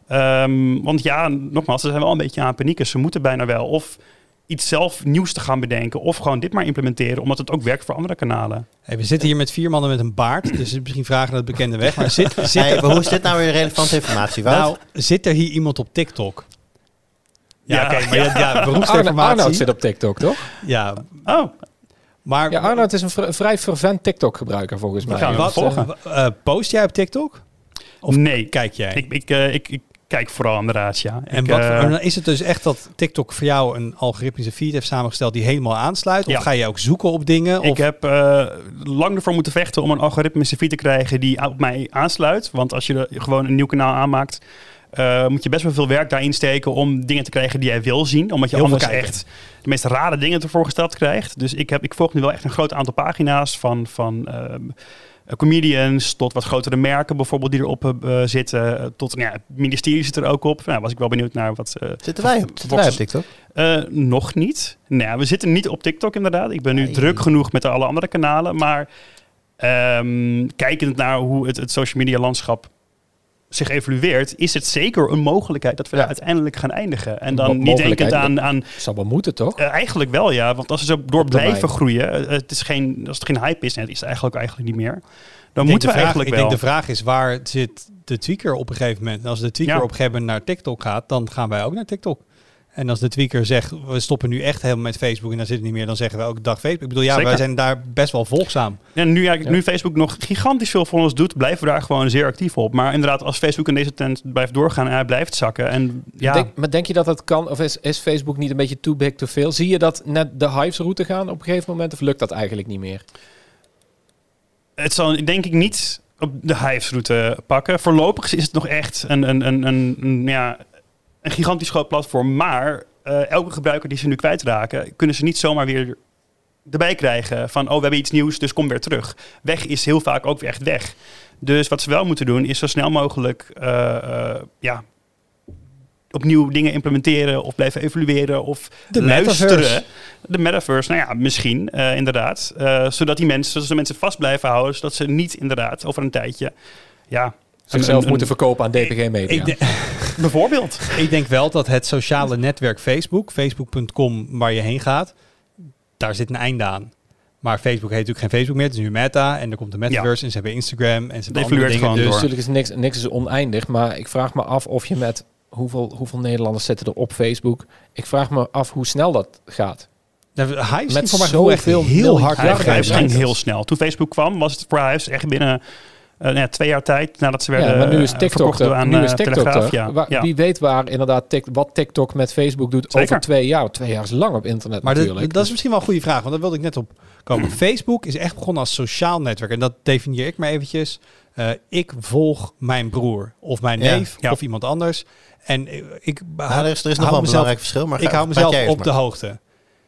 Um, want ja, nogmaals, ze zijn wel een beetje aan panieken. Ze moeten bijna wel of iets zelf nieuws te gaan bedenken. Of gewoon dit maar implementeren. Omdat het ook werkt voor andere kanalen. Hey, we zitten hier met vier mannen met een baard. Dus misschien vragen naar het bekende weg. Maar, zit, zit hey, maar hoe is dit nou weer relevante informatie? Wout? Nou, zit er hier iemand op TikTok? Ja, ja, oké. Okay, maar ja. ja, ja, beroepsinformatie. Arnoud zit op TikTok, toch? Ja. Oh. Maar, ja, Arnoud is een vr- vrij fervent TikTok-gebruiker volgens mij. Gaan we wat, volgen. Uh, post jij op TikTok? Of nee. Kijk jij? Ik, ik, uh, ik, ik kijk vooral inderdaad, ja. En Ik, wat, uh, dan is het dus echt dat TikTok voor jou een algoritmische feed heeft samengesteld die helemaal aansluit? Of Ja. ga je ook zoeken op dingen? Ik Of... heb uh, lang ervoor moeten vechten om een algoritmische feed te krijgen die op mij aansluit. Want als je er gewoon een nieuw kanaal aanmaakt, uh, moet je best wel veel werk daarin steken om dingen te krijgen die jij wil zien. Omdat je Heel anders veel kijken. echt de meest rare dingen ervoor gesteld krijgt. Dus ik, heb, ik volg nu wel echt een groot aantal pagina's van... van uh, comedians tot wat grotere merken bijvoorbeeld die erop uh, zitten. Uh, tot nou ja, het ministerie zit er ook op. Nou, was ik wel benieuwd naar wat... Uh, Zitten wij op, zitten wij op TikTok? Uh, nog niet. Nou, we zitten niet op TikTok inderdaad. Ik ben nu Nee. druk genoeg met alle andere kanalen. Maar um, kijkend naar hoe het, het social media landschap zich evolueert, is het zeker een mogelijkheid dat we Ja. daar uiteindelijk gaan eindigen. En Mo- dan niet mogelijkheid, denkend aan... aan Zou wel moeten, toch? uh, eigenlijk wel, ja. Want als we zo door Op termijn. blijven groeien, uh, het is geen, als het geen hype is, en het is het eigenlijk ook eigenlijk niet meer, dan Ik denk moeten de we vraag, eigenlijk ik wel... denk de vraag is, waar zit de tweaker op een gegeven moment? En als de tweaker Ja. op een gegeven moment naar TikTok gaat, dan gaan wij ook naar TikTok. En als de tweaker zegt, we stoppen nu echt helemaal met Facebook en dan zit het niet meer, dan zeggen we ook dag Facebook. Ik bedoel, ja, Zeker. wij zijn daar best wel volgzaam. En nu, eigenlijk, Ja. nu Facebook nog gigantisch veel voor ons doet, blijven we daar gewoon zeer actief op. Maar inderdaad, als Facebook in deze trend blijft doorgaan en hij blijft zakken. En ja, Denk, maar denk je dat dat kan? Of is, is Facebook niet een beetje too big to fail? Zie je dat net de Hives-route gaan op een gegeven moment? Of lukt dat eigenlijk niet meer? het zal denk ik niet op de Hives-route pakken. Voorlopig is het nog echt een, een, een, een, een, ja, een gigantisch groot platform. Maar uh, elke gebruiker die ze nu kwijtraken, kunnen ze niet zomaar weer erbij krijgen van, oh, we hebben iets nieuws, dus kom weer terug. Weg is heel vaak ook weer echt weg. Dus wat ze wel moeten doen, is zo snel mogelijk uh, uh, ja, opnieuw dingen implementeren of blijven evalueren of De luisteren. metaverse. De metaverse, nou ja, misschien uh, inderdaad. Uh, zodat die mensen, zodat de mensen vast blijven houden, zodat ze niet inderdaad over een tijdje, ja, Zichzelf een- een- moeten verkopen aan D P G Media. Ik, de- bijvoorbeeld. ik denk wel dat het sociale netwerk Facebook, facebook punt com, waar je heen gaat, daar zit een einde aan. Maar Facebook heet natuurlijk geen Facebook meer, het is nu Meta en er komt de metaverse en ze hebben Instagram en ze hebben andere evolueert dingen. gewoon Dus door. Natuurlijk is niks, niks is oneindig, maar ik vraag me af of je met hoeveel, hoeveel Nederlanders zitten er op Facebook. Ik vraag me af hoe snel dat gaat. de Hives Met ging voor mijn gevoel echt zoveel heel hard miljarden weg. Hives Ja, ging ja. heel snel. Toen Facebook kwam, was het voor Hives echt binnen uh, nou ja, twee jaar tijd nadat ze werden Ja, maar nu is uh, TikTok verkocht er. aan Nu is uh, TikTok Telegraaf. er. Ja. Waar- ja. Wie weet waar inderdaad tik, wat TikTok met Facebook doet Zeker. over twee jaar. Twee jaar is lang op internet Maar de- natuurlijk. dat is misschien wel een goede vraag, want daar wilde ik net op komen. Facebook is echt begonnen als sociaal netwerk en dat definieer ik maar eventjes. Uh, ik volg mijn broer of mijn Ja, neef ja. of iemand anders. En uh, ik Nou, er is, er is nog hou wel een mezelf- belangrijk verschil, maar ik ga- hou praat mezelf jij eerst op de maar. hoogte.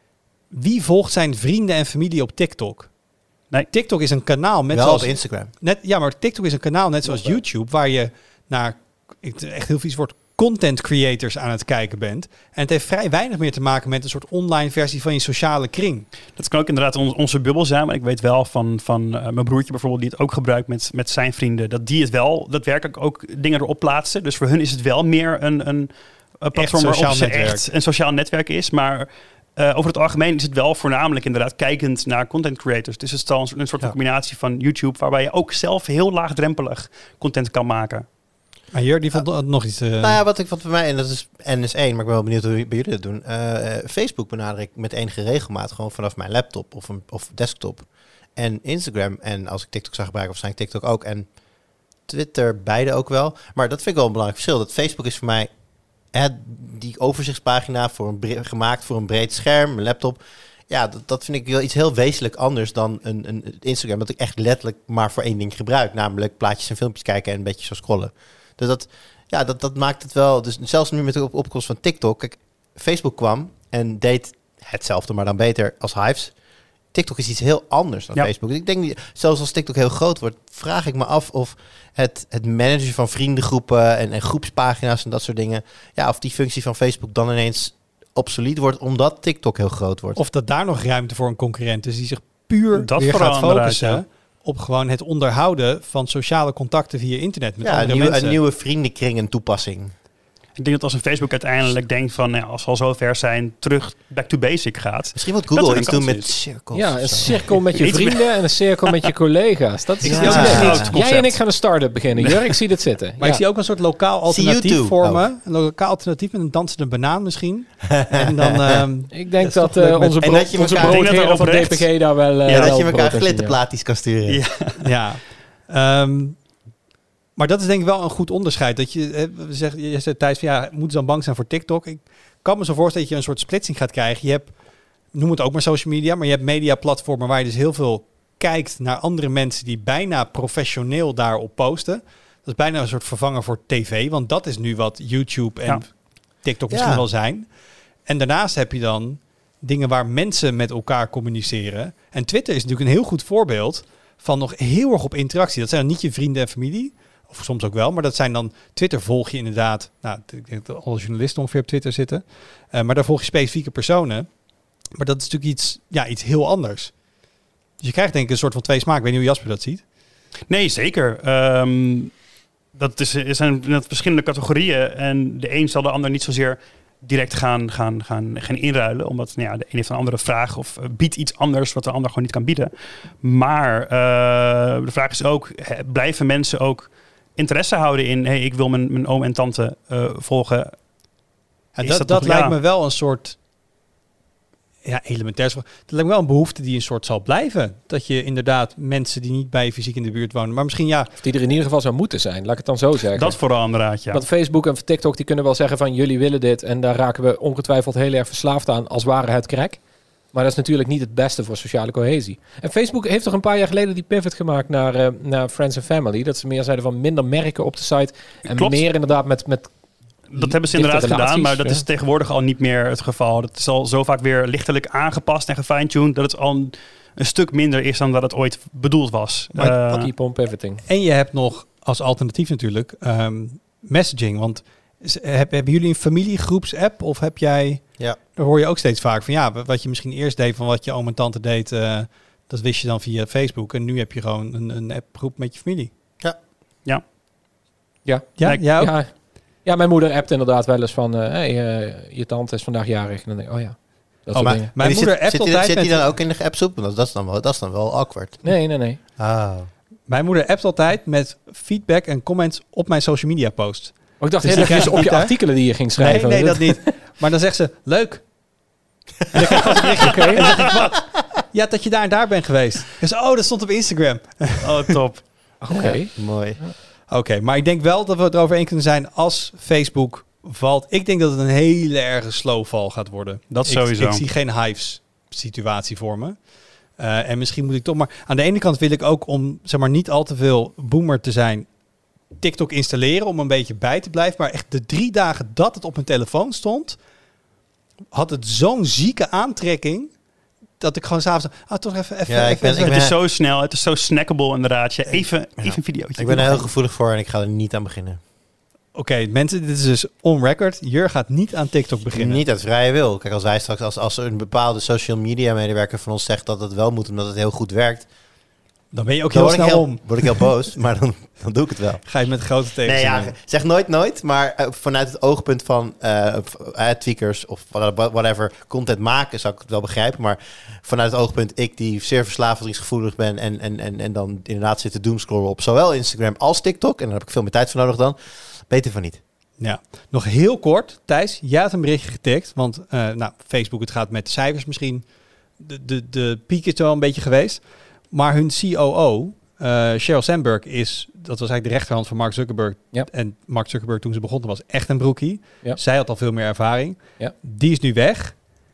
Wie volgt zijn vrienden en familie op TikTok? Nee. TikTok is een kanaal met Wel zoals op Instagram. net ja, maar TikTok is een kanaal net zoals YouTube waar je naar ik, echt heel vies woord content creators aan het kijken bent. En het heeft vrij weinig meer te maken met een soort online versie van je sociale kring. Dat kan ook inderdaad on- onze bubbel zijn. Maar ik weet wel van, van uh, mijn broertje bijvoorbeeld, die het ook gebruikt met, met zijn vrienden, dat die het wel, daadwerkelijk ook dingen erop plaatsen. Dus voor hun is het wel meer een, een, een platform sociaal waarop ze netwerk. echt een sociaal netwerk is. Maar uh, over het algemeen is het wel voornamelijk inderdaad kijkend naar content creators. Dus het is dan een soort van Ja. combinatie van YouTube, waarbij je ook zelf heel laagdrempelig content kan maken. Maar hier, die vond uh, nog iets... Uh, Nou ja, wat ik wat bij mij, en dat is N is één, maar ik ben wel benieuwd hoe bij jullie dat doen. Uh, Facebook benader ik met enige regelmaat gewoon vanaf mijn laptop of, een, of desktop. En Instagram, en als ik TikTok zou gebruiken, waarschijnlijk TikTok ook. En Twitter, beide ook wel. Maar dat vind ik wel een belangrijk verschil. Dat Facebook is voor mij hè, die overzichtspagina voor een bre- gemaakt voor een breed scherm, een laptop. Ja, dat, dat vind ik wel iets heel wezenlijk anders dan een, een Instagram, dat ik echt letterlijk maar voor één ding gebruik. Namelijk plaatjes en filmpjes kijken en een beetje zo scrollen. Dus dat, ja, dat, dat maakt het wel. Dus zelfs nu met de op- opkomst van TikTok. Kijk, Facebook kwam en deed hetzelfde, maar dan beter als Hives. TikTok is iets heel anders dan Ja. Facebook. Dus ik denk niet, zelfs als TikTok heel groot wordt, vraag ik me af of het, het managen van vriendengroepen en, en groepspagina's en dat soort dingen, ja, of die functie van Facebook dan ineens obsolet wordt omdat TikTok heel groot wordt. Of dat daar nog ruimte voor een concurrent is die zich puur Dat weer vooral gaat inderdaad, focussen ja. op gewoon het onderhouden van sociale contacten via internet met ja, een andere nieuwe, mensen. een nieuwe vriendenkring en toepassing. Ik denk dat als een Facebook uiteindelijk denkt van, nou, als we al zo ver zijn, terug back to basic gaat. Misschien moet Dat Google er iets een doen kans met is. cirkels. Ja, of een zo. cirkel met je Iets vrienden en een cirkel met je collega's. Dat is Ja. heel Ja. leuk. Ja. Jij concept. en ik gaan een start-up beginnen. Jurk, ik zie dit zitten. Maar Ja. ik zie ook een soort lokaal See alternatief you too. vormen. Een lokaal alternatief met een dansende banaan misschien. En dan... ehm, Ik denk is dat, toch leuk eh, met- onze, En brood, dat je onze elkaar- Ik denk dat broodheren er van oprecht- D P G daar wel... eh, Ja, wel dat je brood elkaar in zien, ja. glitterplaatjes kan sturen. Ja. ja. Ehm, Maar dat is denk ik wel een goed onderscheid. Dat je, hè, zegt, je zegt Thijs, van, ja, moeten ze dan bang zijn voor TikTok? Ik kan me zo voorstellen dat je een soort splitsing gaat krijgen. Je hebt, noem het ook maar social media, maar je hebt mediaplatformen waar je dus heel veel kijkt naar andere mensen die bijna professioneel daarop posten. Dat is bijna een soort vervanger voor tv, want dat is nu wat YouTube en Ja. TikTok misschien Ja. wel zijn. En daarnaast heb je dan dingen waar mensen met elkaar communiceren. En Twitter is natuurlijk een heel goed voorbeeld van nog heel erg op interactie. Dat zijn dan niet je vrienden en familie, of soms ook wel, maar dat zijn dan, Twitter volg je inderdaad, nou, ik denk dat alle journalisten ongeveer op Twitter zitten, uh, maar daar volg je specifieke personen. Maar dat is natuurlijk iets, ja, iets heel anders. Dus je krijgt denk ik een soort van twee smaak. Ik weet niet hoe Jasper dat ziet. Nee, zeker. Um, dat is, er zijn net verschillende categorieën. En de een zal de ander niet zozeer direct gaan, gaan, gaan, gaan inruilen. Omdat nou ja, de een heeft een andere vraag of uh, biedt iets anders wat de ander gewoon niet kan bieden. Maar uh, de vraag is ook, hè, blijven mensen ook interesse houden in... hey, ik wil mijn, mijn oom en tante uh, volgen. Ja, Is dat dat dat toch- lijkt ja. me wel een soort... Ja, elementair. Dat lijkt me wel een behoefte die een soort zal blijven. Dat je inderdaad mensen die niet bij je fysiek in de buurt wonen... maar misschien ja... Of die er in ieder geval zou moeten zijn, laat ik het dan zo zeggen. Dat vooral inderdaad, ja. Want Facebook en TikTok die kunnen wel zeggen van jullie willen dit en daar raken we ongetwijfeld heel erg verslaafd aan als ware het crack. Maar dat is natuurlijk niet het beste voor sociale cohesie. En Facebook heeft toch een paar jaar geleden die pivot gemaakt naar, uh, naar Friends and Family. Dat ze meer zeiden van minder merken op de site en Klopt. meer inderdaad met... met Dat hebben ze dichte inderdaad gedaan, relaties, maar dat ja. is tegenwoordig al niet meer het geval. Dat is al zo vaak weer lichtelijk aangepast en gefine-tuned... dat het al een, een stuk minder is dan dat het ooit bedoeld was. Maar Uh, keep on pivoting. En je hebt nog als alternatief natuurlijk um, messaging. Want z- heb, hebben jullie een familiegroeps-app of heb jij... Ja. Daar hoor je ook steeds vaak van ja, wat je misschien eerst deed van wat je oom en tante deed... Uh, dat wist je dan via Facebook. En nu heb je gewoon een, een appgroep met je familie. Ja, Ja, Kijk, jij ook? ja, ja, mijn moeder appt inderdaad wel eens van... Uh, hey, uh, je tante is vandaag jarig. En dan denk ik, oh ja, dat Oh, soort maar- dingen. Mijn En die moeder zit, appt zit, die- altijd zit die met- dan ook in de apps op? Want dat is dan wel, dat is dan wel awkward. Nee, nee, nee. Ah. Mijn moeder appt altijd met feedback en comments op mijn social media post. Oh, ik dacht Dus heel die even krijg op ik je niet, hè? artikelen die je ging Nee, schrijven. nee, dat niet. Maar dan zegt ze, leuk. En dan krijg ik altijd een berichtje. Oké. En dan zeg ik, wat? Ja, dat je daar en daar bent geweest. Dus, oh, dat stond op Instagram. oh, top. Oké. Mooi. Oké, maar ik denk wel dat we het erover eens kunnen zijn als Facebook valt. Ik denk dat het een hele erge slowfall gaat worden. Dat ik, sowieso. Ik zie geen hives situatie voor me. Uh, en misschien moet ik toch maar... Aan de ene kant wil ik ook om, zeg maar, niet al te veel boomer te zijn... TikTok installeren om een beetje bij te blijven. Maar echt de drie dagen dat het op mijn telefoon stond... had het zo'n zieke aantrekking... dat ik gewoon s'avonds... Ah, toch even... even, Ja, ik even, ben- even- ik Het ben- is zo snel, het is zo snackable inderdaad. Ja, even, Ja. even een videootje. Ik ben er heel gevoelig voor en ik ga er niet aan beginnen. Oké, okay, mensen, dit is dus on record. Jur gaat niet aan TikTok beginnen. Niet uit vrije wil. Kijk, als wij straks, als, als een bepaalde social media medewerker van ons zegt dat het wel moet omdat het heel goed werkt, Dan ben je ook dan heel word ik snel heel, om. word ik heel boos, maar dan, dan doe ik het wel. Ga je met grote Nee, tegenzin. ja, zeg nooit nooit, maar uh, vanuit het oogpunt van uh, uh, tweakers of whatever, content maken, zou ik het wel begrijpen. Maar vanuit het oogpunt, ik die zeer verslavingsgevoelig ben en, en, en, en dan inderdaad zit te doomscrollen op zowel Instagram als TikTok, en daar heb ik veel meer tijd voor nodig dan, beter van niet. Ja, nog heel kort. Thijs, jij had een berichtje getikt. Want uh, nou, Facebook, het gaat met de cijfers misschien. De, de, de piek is wel een beetje geweest. Maar hun C O O, uh, Sheryl Sandberg, is... dat was eigenlijk de rechterhand van Mark Zuckerberg. Ja. En Mark Zuckerberg, toen ze begonnen, was echt een broekie. Ja. Zij had al veel meer ervaring. Ja. Die is nu weg.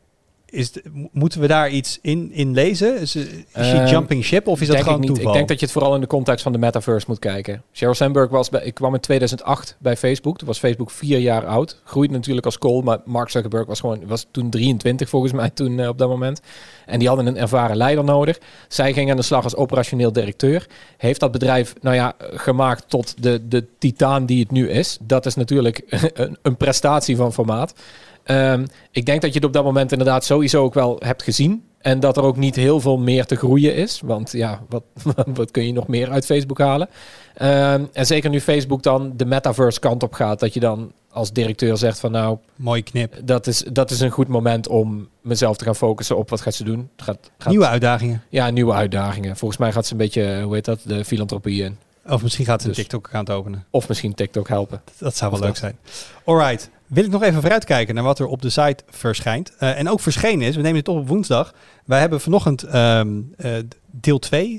Is de, mo- moeten we daar iets in, in lezen? Is, is she Ehm, jumping ship of is dat denk gewoon ik niet. toeval? Ik denk dat je het vooral in de context van de metaverse moet kijken. Sheryl Sandberg was bij, ik kwam in tweeduizend acht bij Facebook. Toen was Facebook vier jaar oud. Groeide natuurlijk als kool, maar Mark Zuckerberg was gewoon was toen drieëntwintig volgens mij toen uh, op dat moment. En die hadden een ervaren leider nodig. Zij ging aan de slag als operationeel directeur. Heeft dat bedrijf nou ja gemaakt tot de, de titaan die het nu is. Dat is natuurlijk een, een prestatie van formaat. Um, ik denk dat je het op dat moment inderdaad sowieso ook wel hebt gezien. En dat er ook niet heel veel meer te groeien is. Want ja, wat, wat kun je nog meer uit Facebook halen? Um, en zeker nu Facebook dan de metaverse kant op gaat. Dat je dan als directeur zegt van nou... Mooi knip. Dat is, dat is een goed moment om mezelf te gaan focussen op wat gaat ze doen. Gaat, gaat, Nieuwe uitdagingen. Ja, nieuwe uitdagingen. Volgens mij gaat ze een beetje, hoe heet dat, de filantropie in. Of misschien gaat ze een Dus- TikTok-account openen. Of misschien TikTok helpen. Dat zou wel Of leuk dat. zijn. Alright. Wil ik nog even vooruitkijken naar wat er op de site verschijnt. Uh, en ook verschenen is. We nemen dit op op woensdag. Wij hebben vanochtend um, uh, deel twee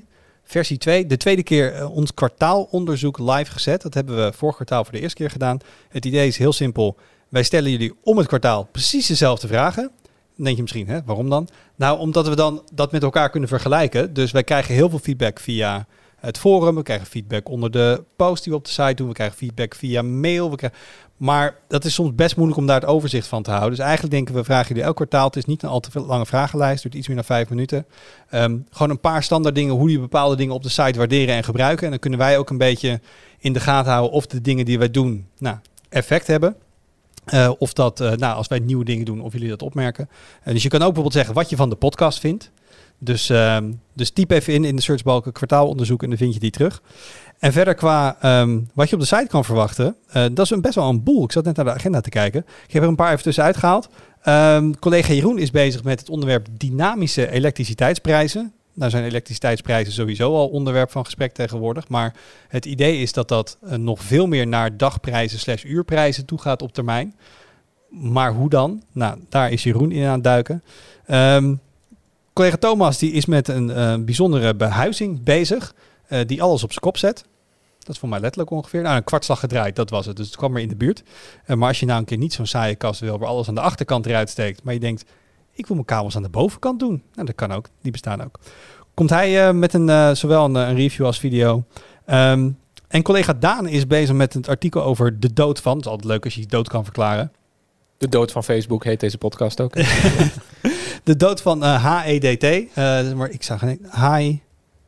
versie twee. De tweede keer uh, ons kwartaalonderzoek live gezet. Dat hebben we vorig kwartaal voor de eerste keer gedaan. Het idee is heel simpel. Wij stellen jullie om het kwartaal precies dezelfde vragen. Dan denk je misschien, hè, waarom dan? Nou, omdat we dan dat met elkaar kunnen vergelijken. Dus wij krijgen heel veel feedback via het forum. We krijgen feedback onder de post die we op de site doen. We krijgen feedback via mail. We krijgen... Maar dat is soms best moeilijk om daar het overzicht van te houden. Dus eigenlijk denken we, vragen jullie elk kwartaal. Het is niet een al te lange vragenlijst. Het duurt iets meer dan vijf minuten. Um, gewoon een paar standaard dingen. Hoe je bepaalde dingen op de site waarderen en gebruiken. En dan kunnen wij ook een beetje in de gaten houden of de dingen die wij doen nou, effect hebben. Uh, of dat, uh, nou, als wij nieuwe dingen doen, of jullie dat opmerken. Uh, dus je kan ook bijvoorbeeld zeggen wat je van de podcast vindt. Dus, uh, dus typ even in in de searchbalk kwartaalonderzoek en dan vind je die terug. En verder qua um, wat je op de site kan verwachten, uh, dat is een best wel een boel. Ik zat net naar de agenda te kijken. Ik heb er een paar even tussenuit gehaald. Um, collega Jeroen is bezig met het onderwerp dynamische elektriciteitsprijzen. Nou zijn elektriciteitsprijzen sowieso al onderwerp van gesprek tegenwoordig. Maar het idee is dat dat uh, nog veel meer naar dagprijzen slash uurprijzen toe gaat op termijn. Maar hoe dan? Nou, daar is Jeroen in aan het duiken. Um, collega Thomas die is met een uh, bijzondere behuizing bezig. Uh, die alles op zijn kop zet. Dat is voor mij letterlijk ongeveer. Nou, een kwartslag gedraaid, dat was het. Dus het kwam er in de buurt. Uh, maar als je nou een keer niet zo'n saaie kast wil, waar alles aan de achterkant eruit steekt. Maar je denkt, ik wil mijn kabels aan de bovenkant doen. Nou, dat kan ook. Die bestaan ook. Komt hij uh, met een, uh, zowel een, een review als video. Um, en collega Daan is bezig met het artikel over de dood van. Het is altijd leuk als je je dood kan verklaren. De dood van Facebook heet deze podcast ook. De dood van uh, H E D T. Uh, maar ik zag geen high...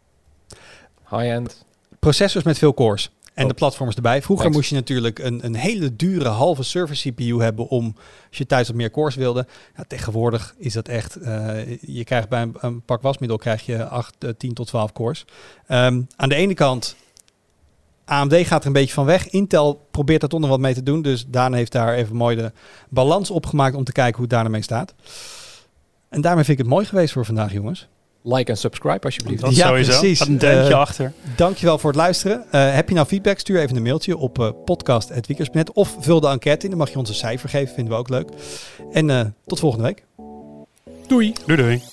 High-end. Processors met veel cores. En oh. de platforms erbij. Vroeger Thanks. moest je natuurlijk een, een hele dure halve server C P U hebben om, als je thuis wat meer cores wilde. Ja, tegenwoordig is dat echt, uh, je krijgt bij een, een pak wasmiddel krijg je acht, tien tot twaalf cores. Um, aan de ene kant, A M D gaat er een beetje van weg. Intel probeert er toch nog wat mee te doen. Dus Daan heeft daar even mooi de balans opgemaakt om te kijken hoe het daar ermee staat. En daarmee vind ik het mooi geweest voor vandaag, jongens. Like en subscribe alsjeblieft. Dat Ja, sowieso. precies. Had een duimpje Uh, achter. Dankjewel voor het luisteren. Uh, heb je nou feedback? Stuur even een mailtje op uh, podcast punt wiekers punt net of vul de enquête in. Dan mag je ons een cijfer geven, vinden we ook leuk. En uh, tot volgende week. Doei. Doei doei.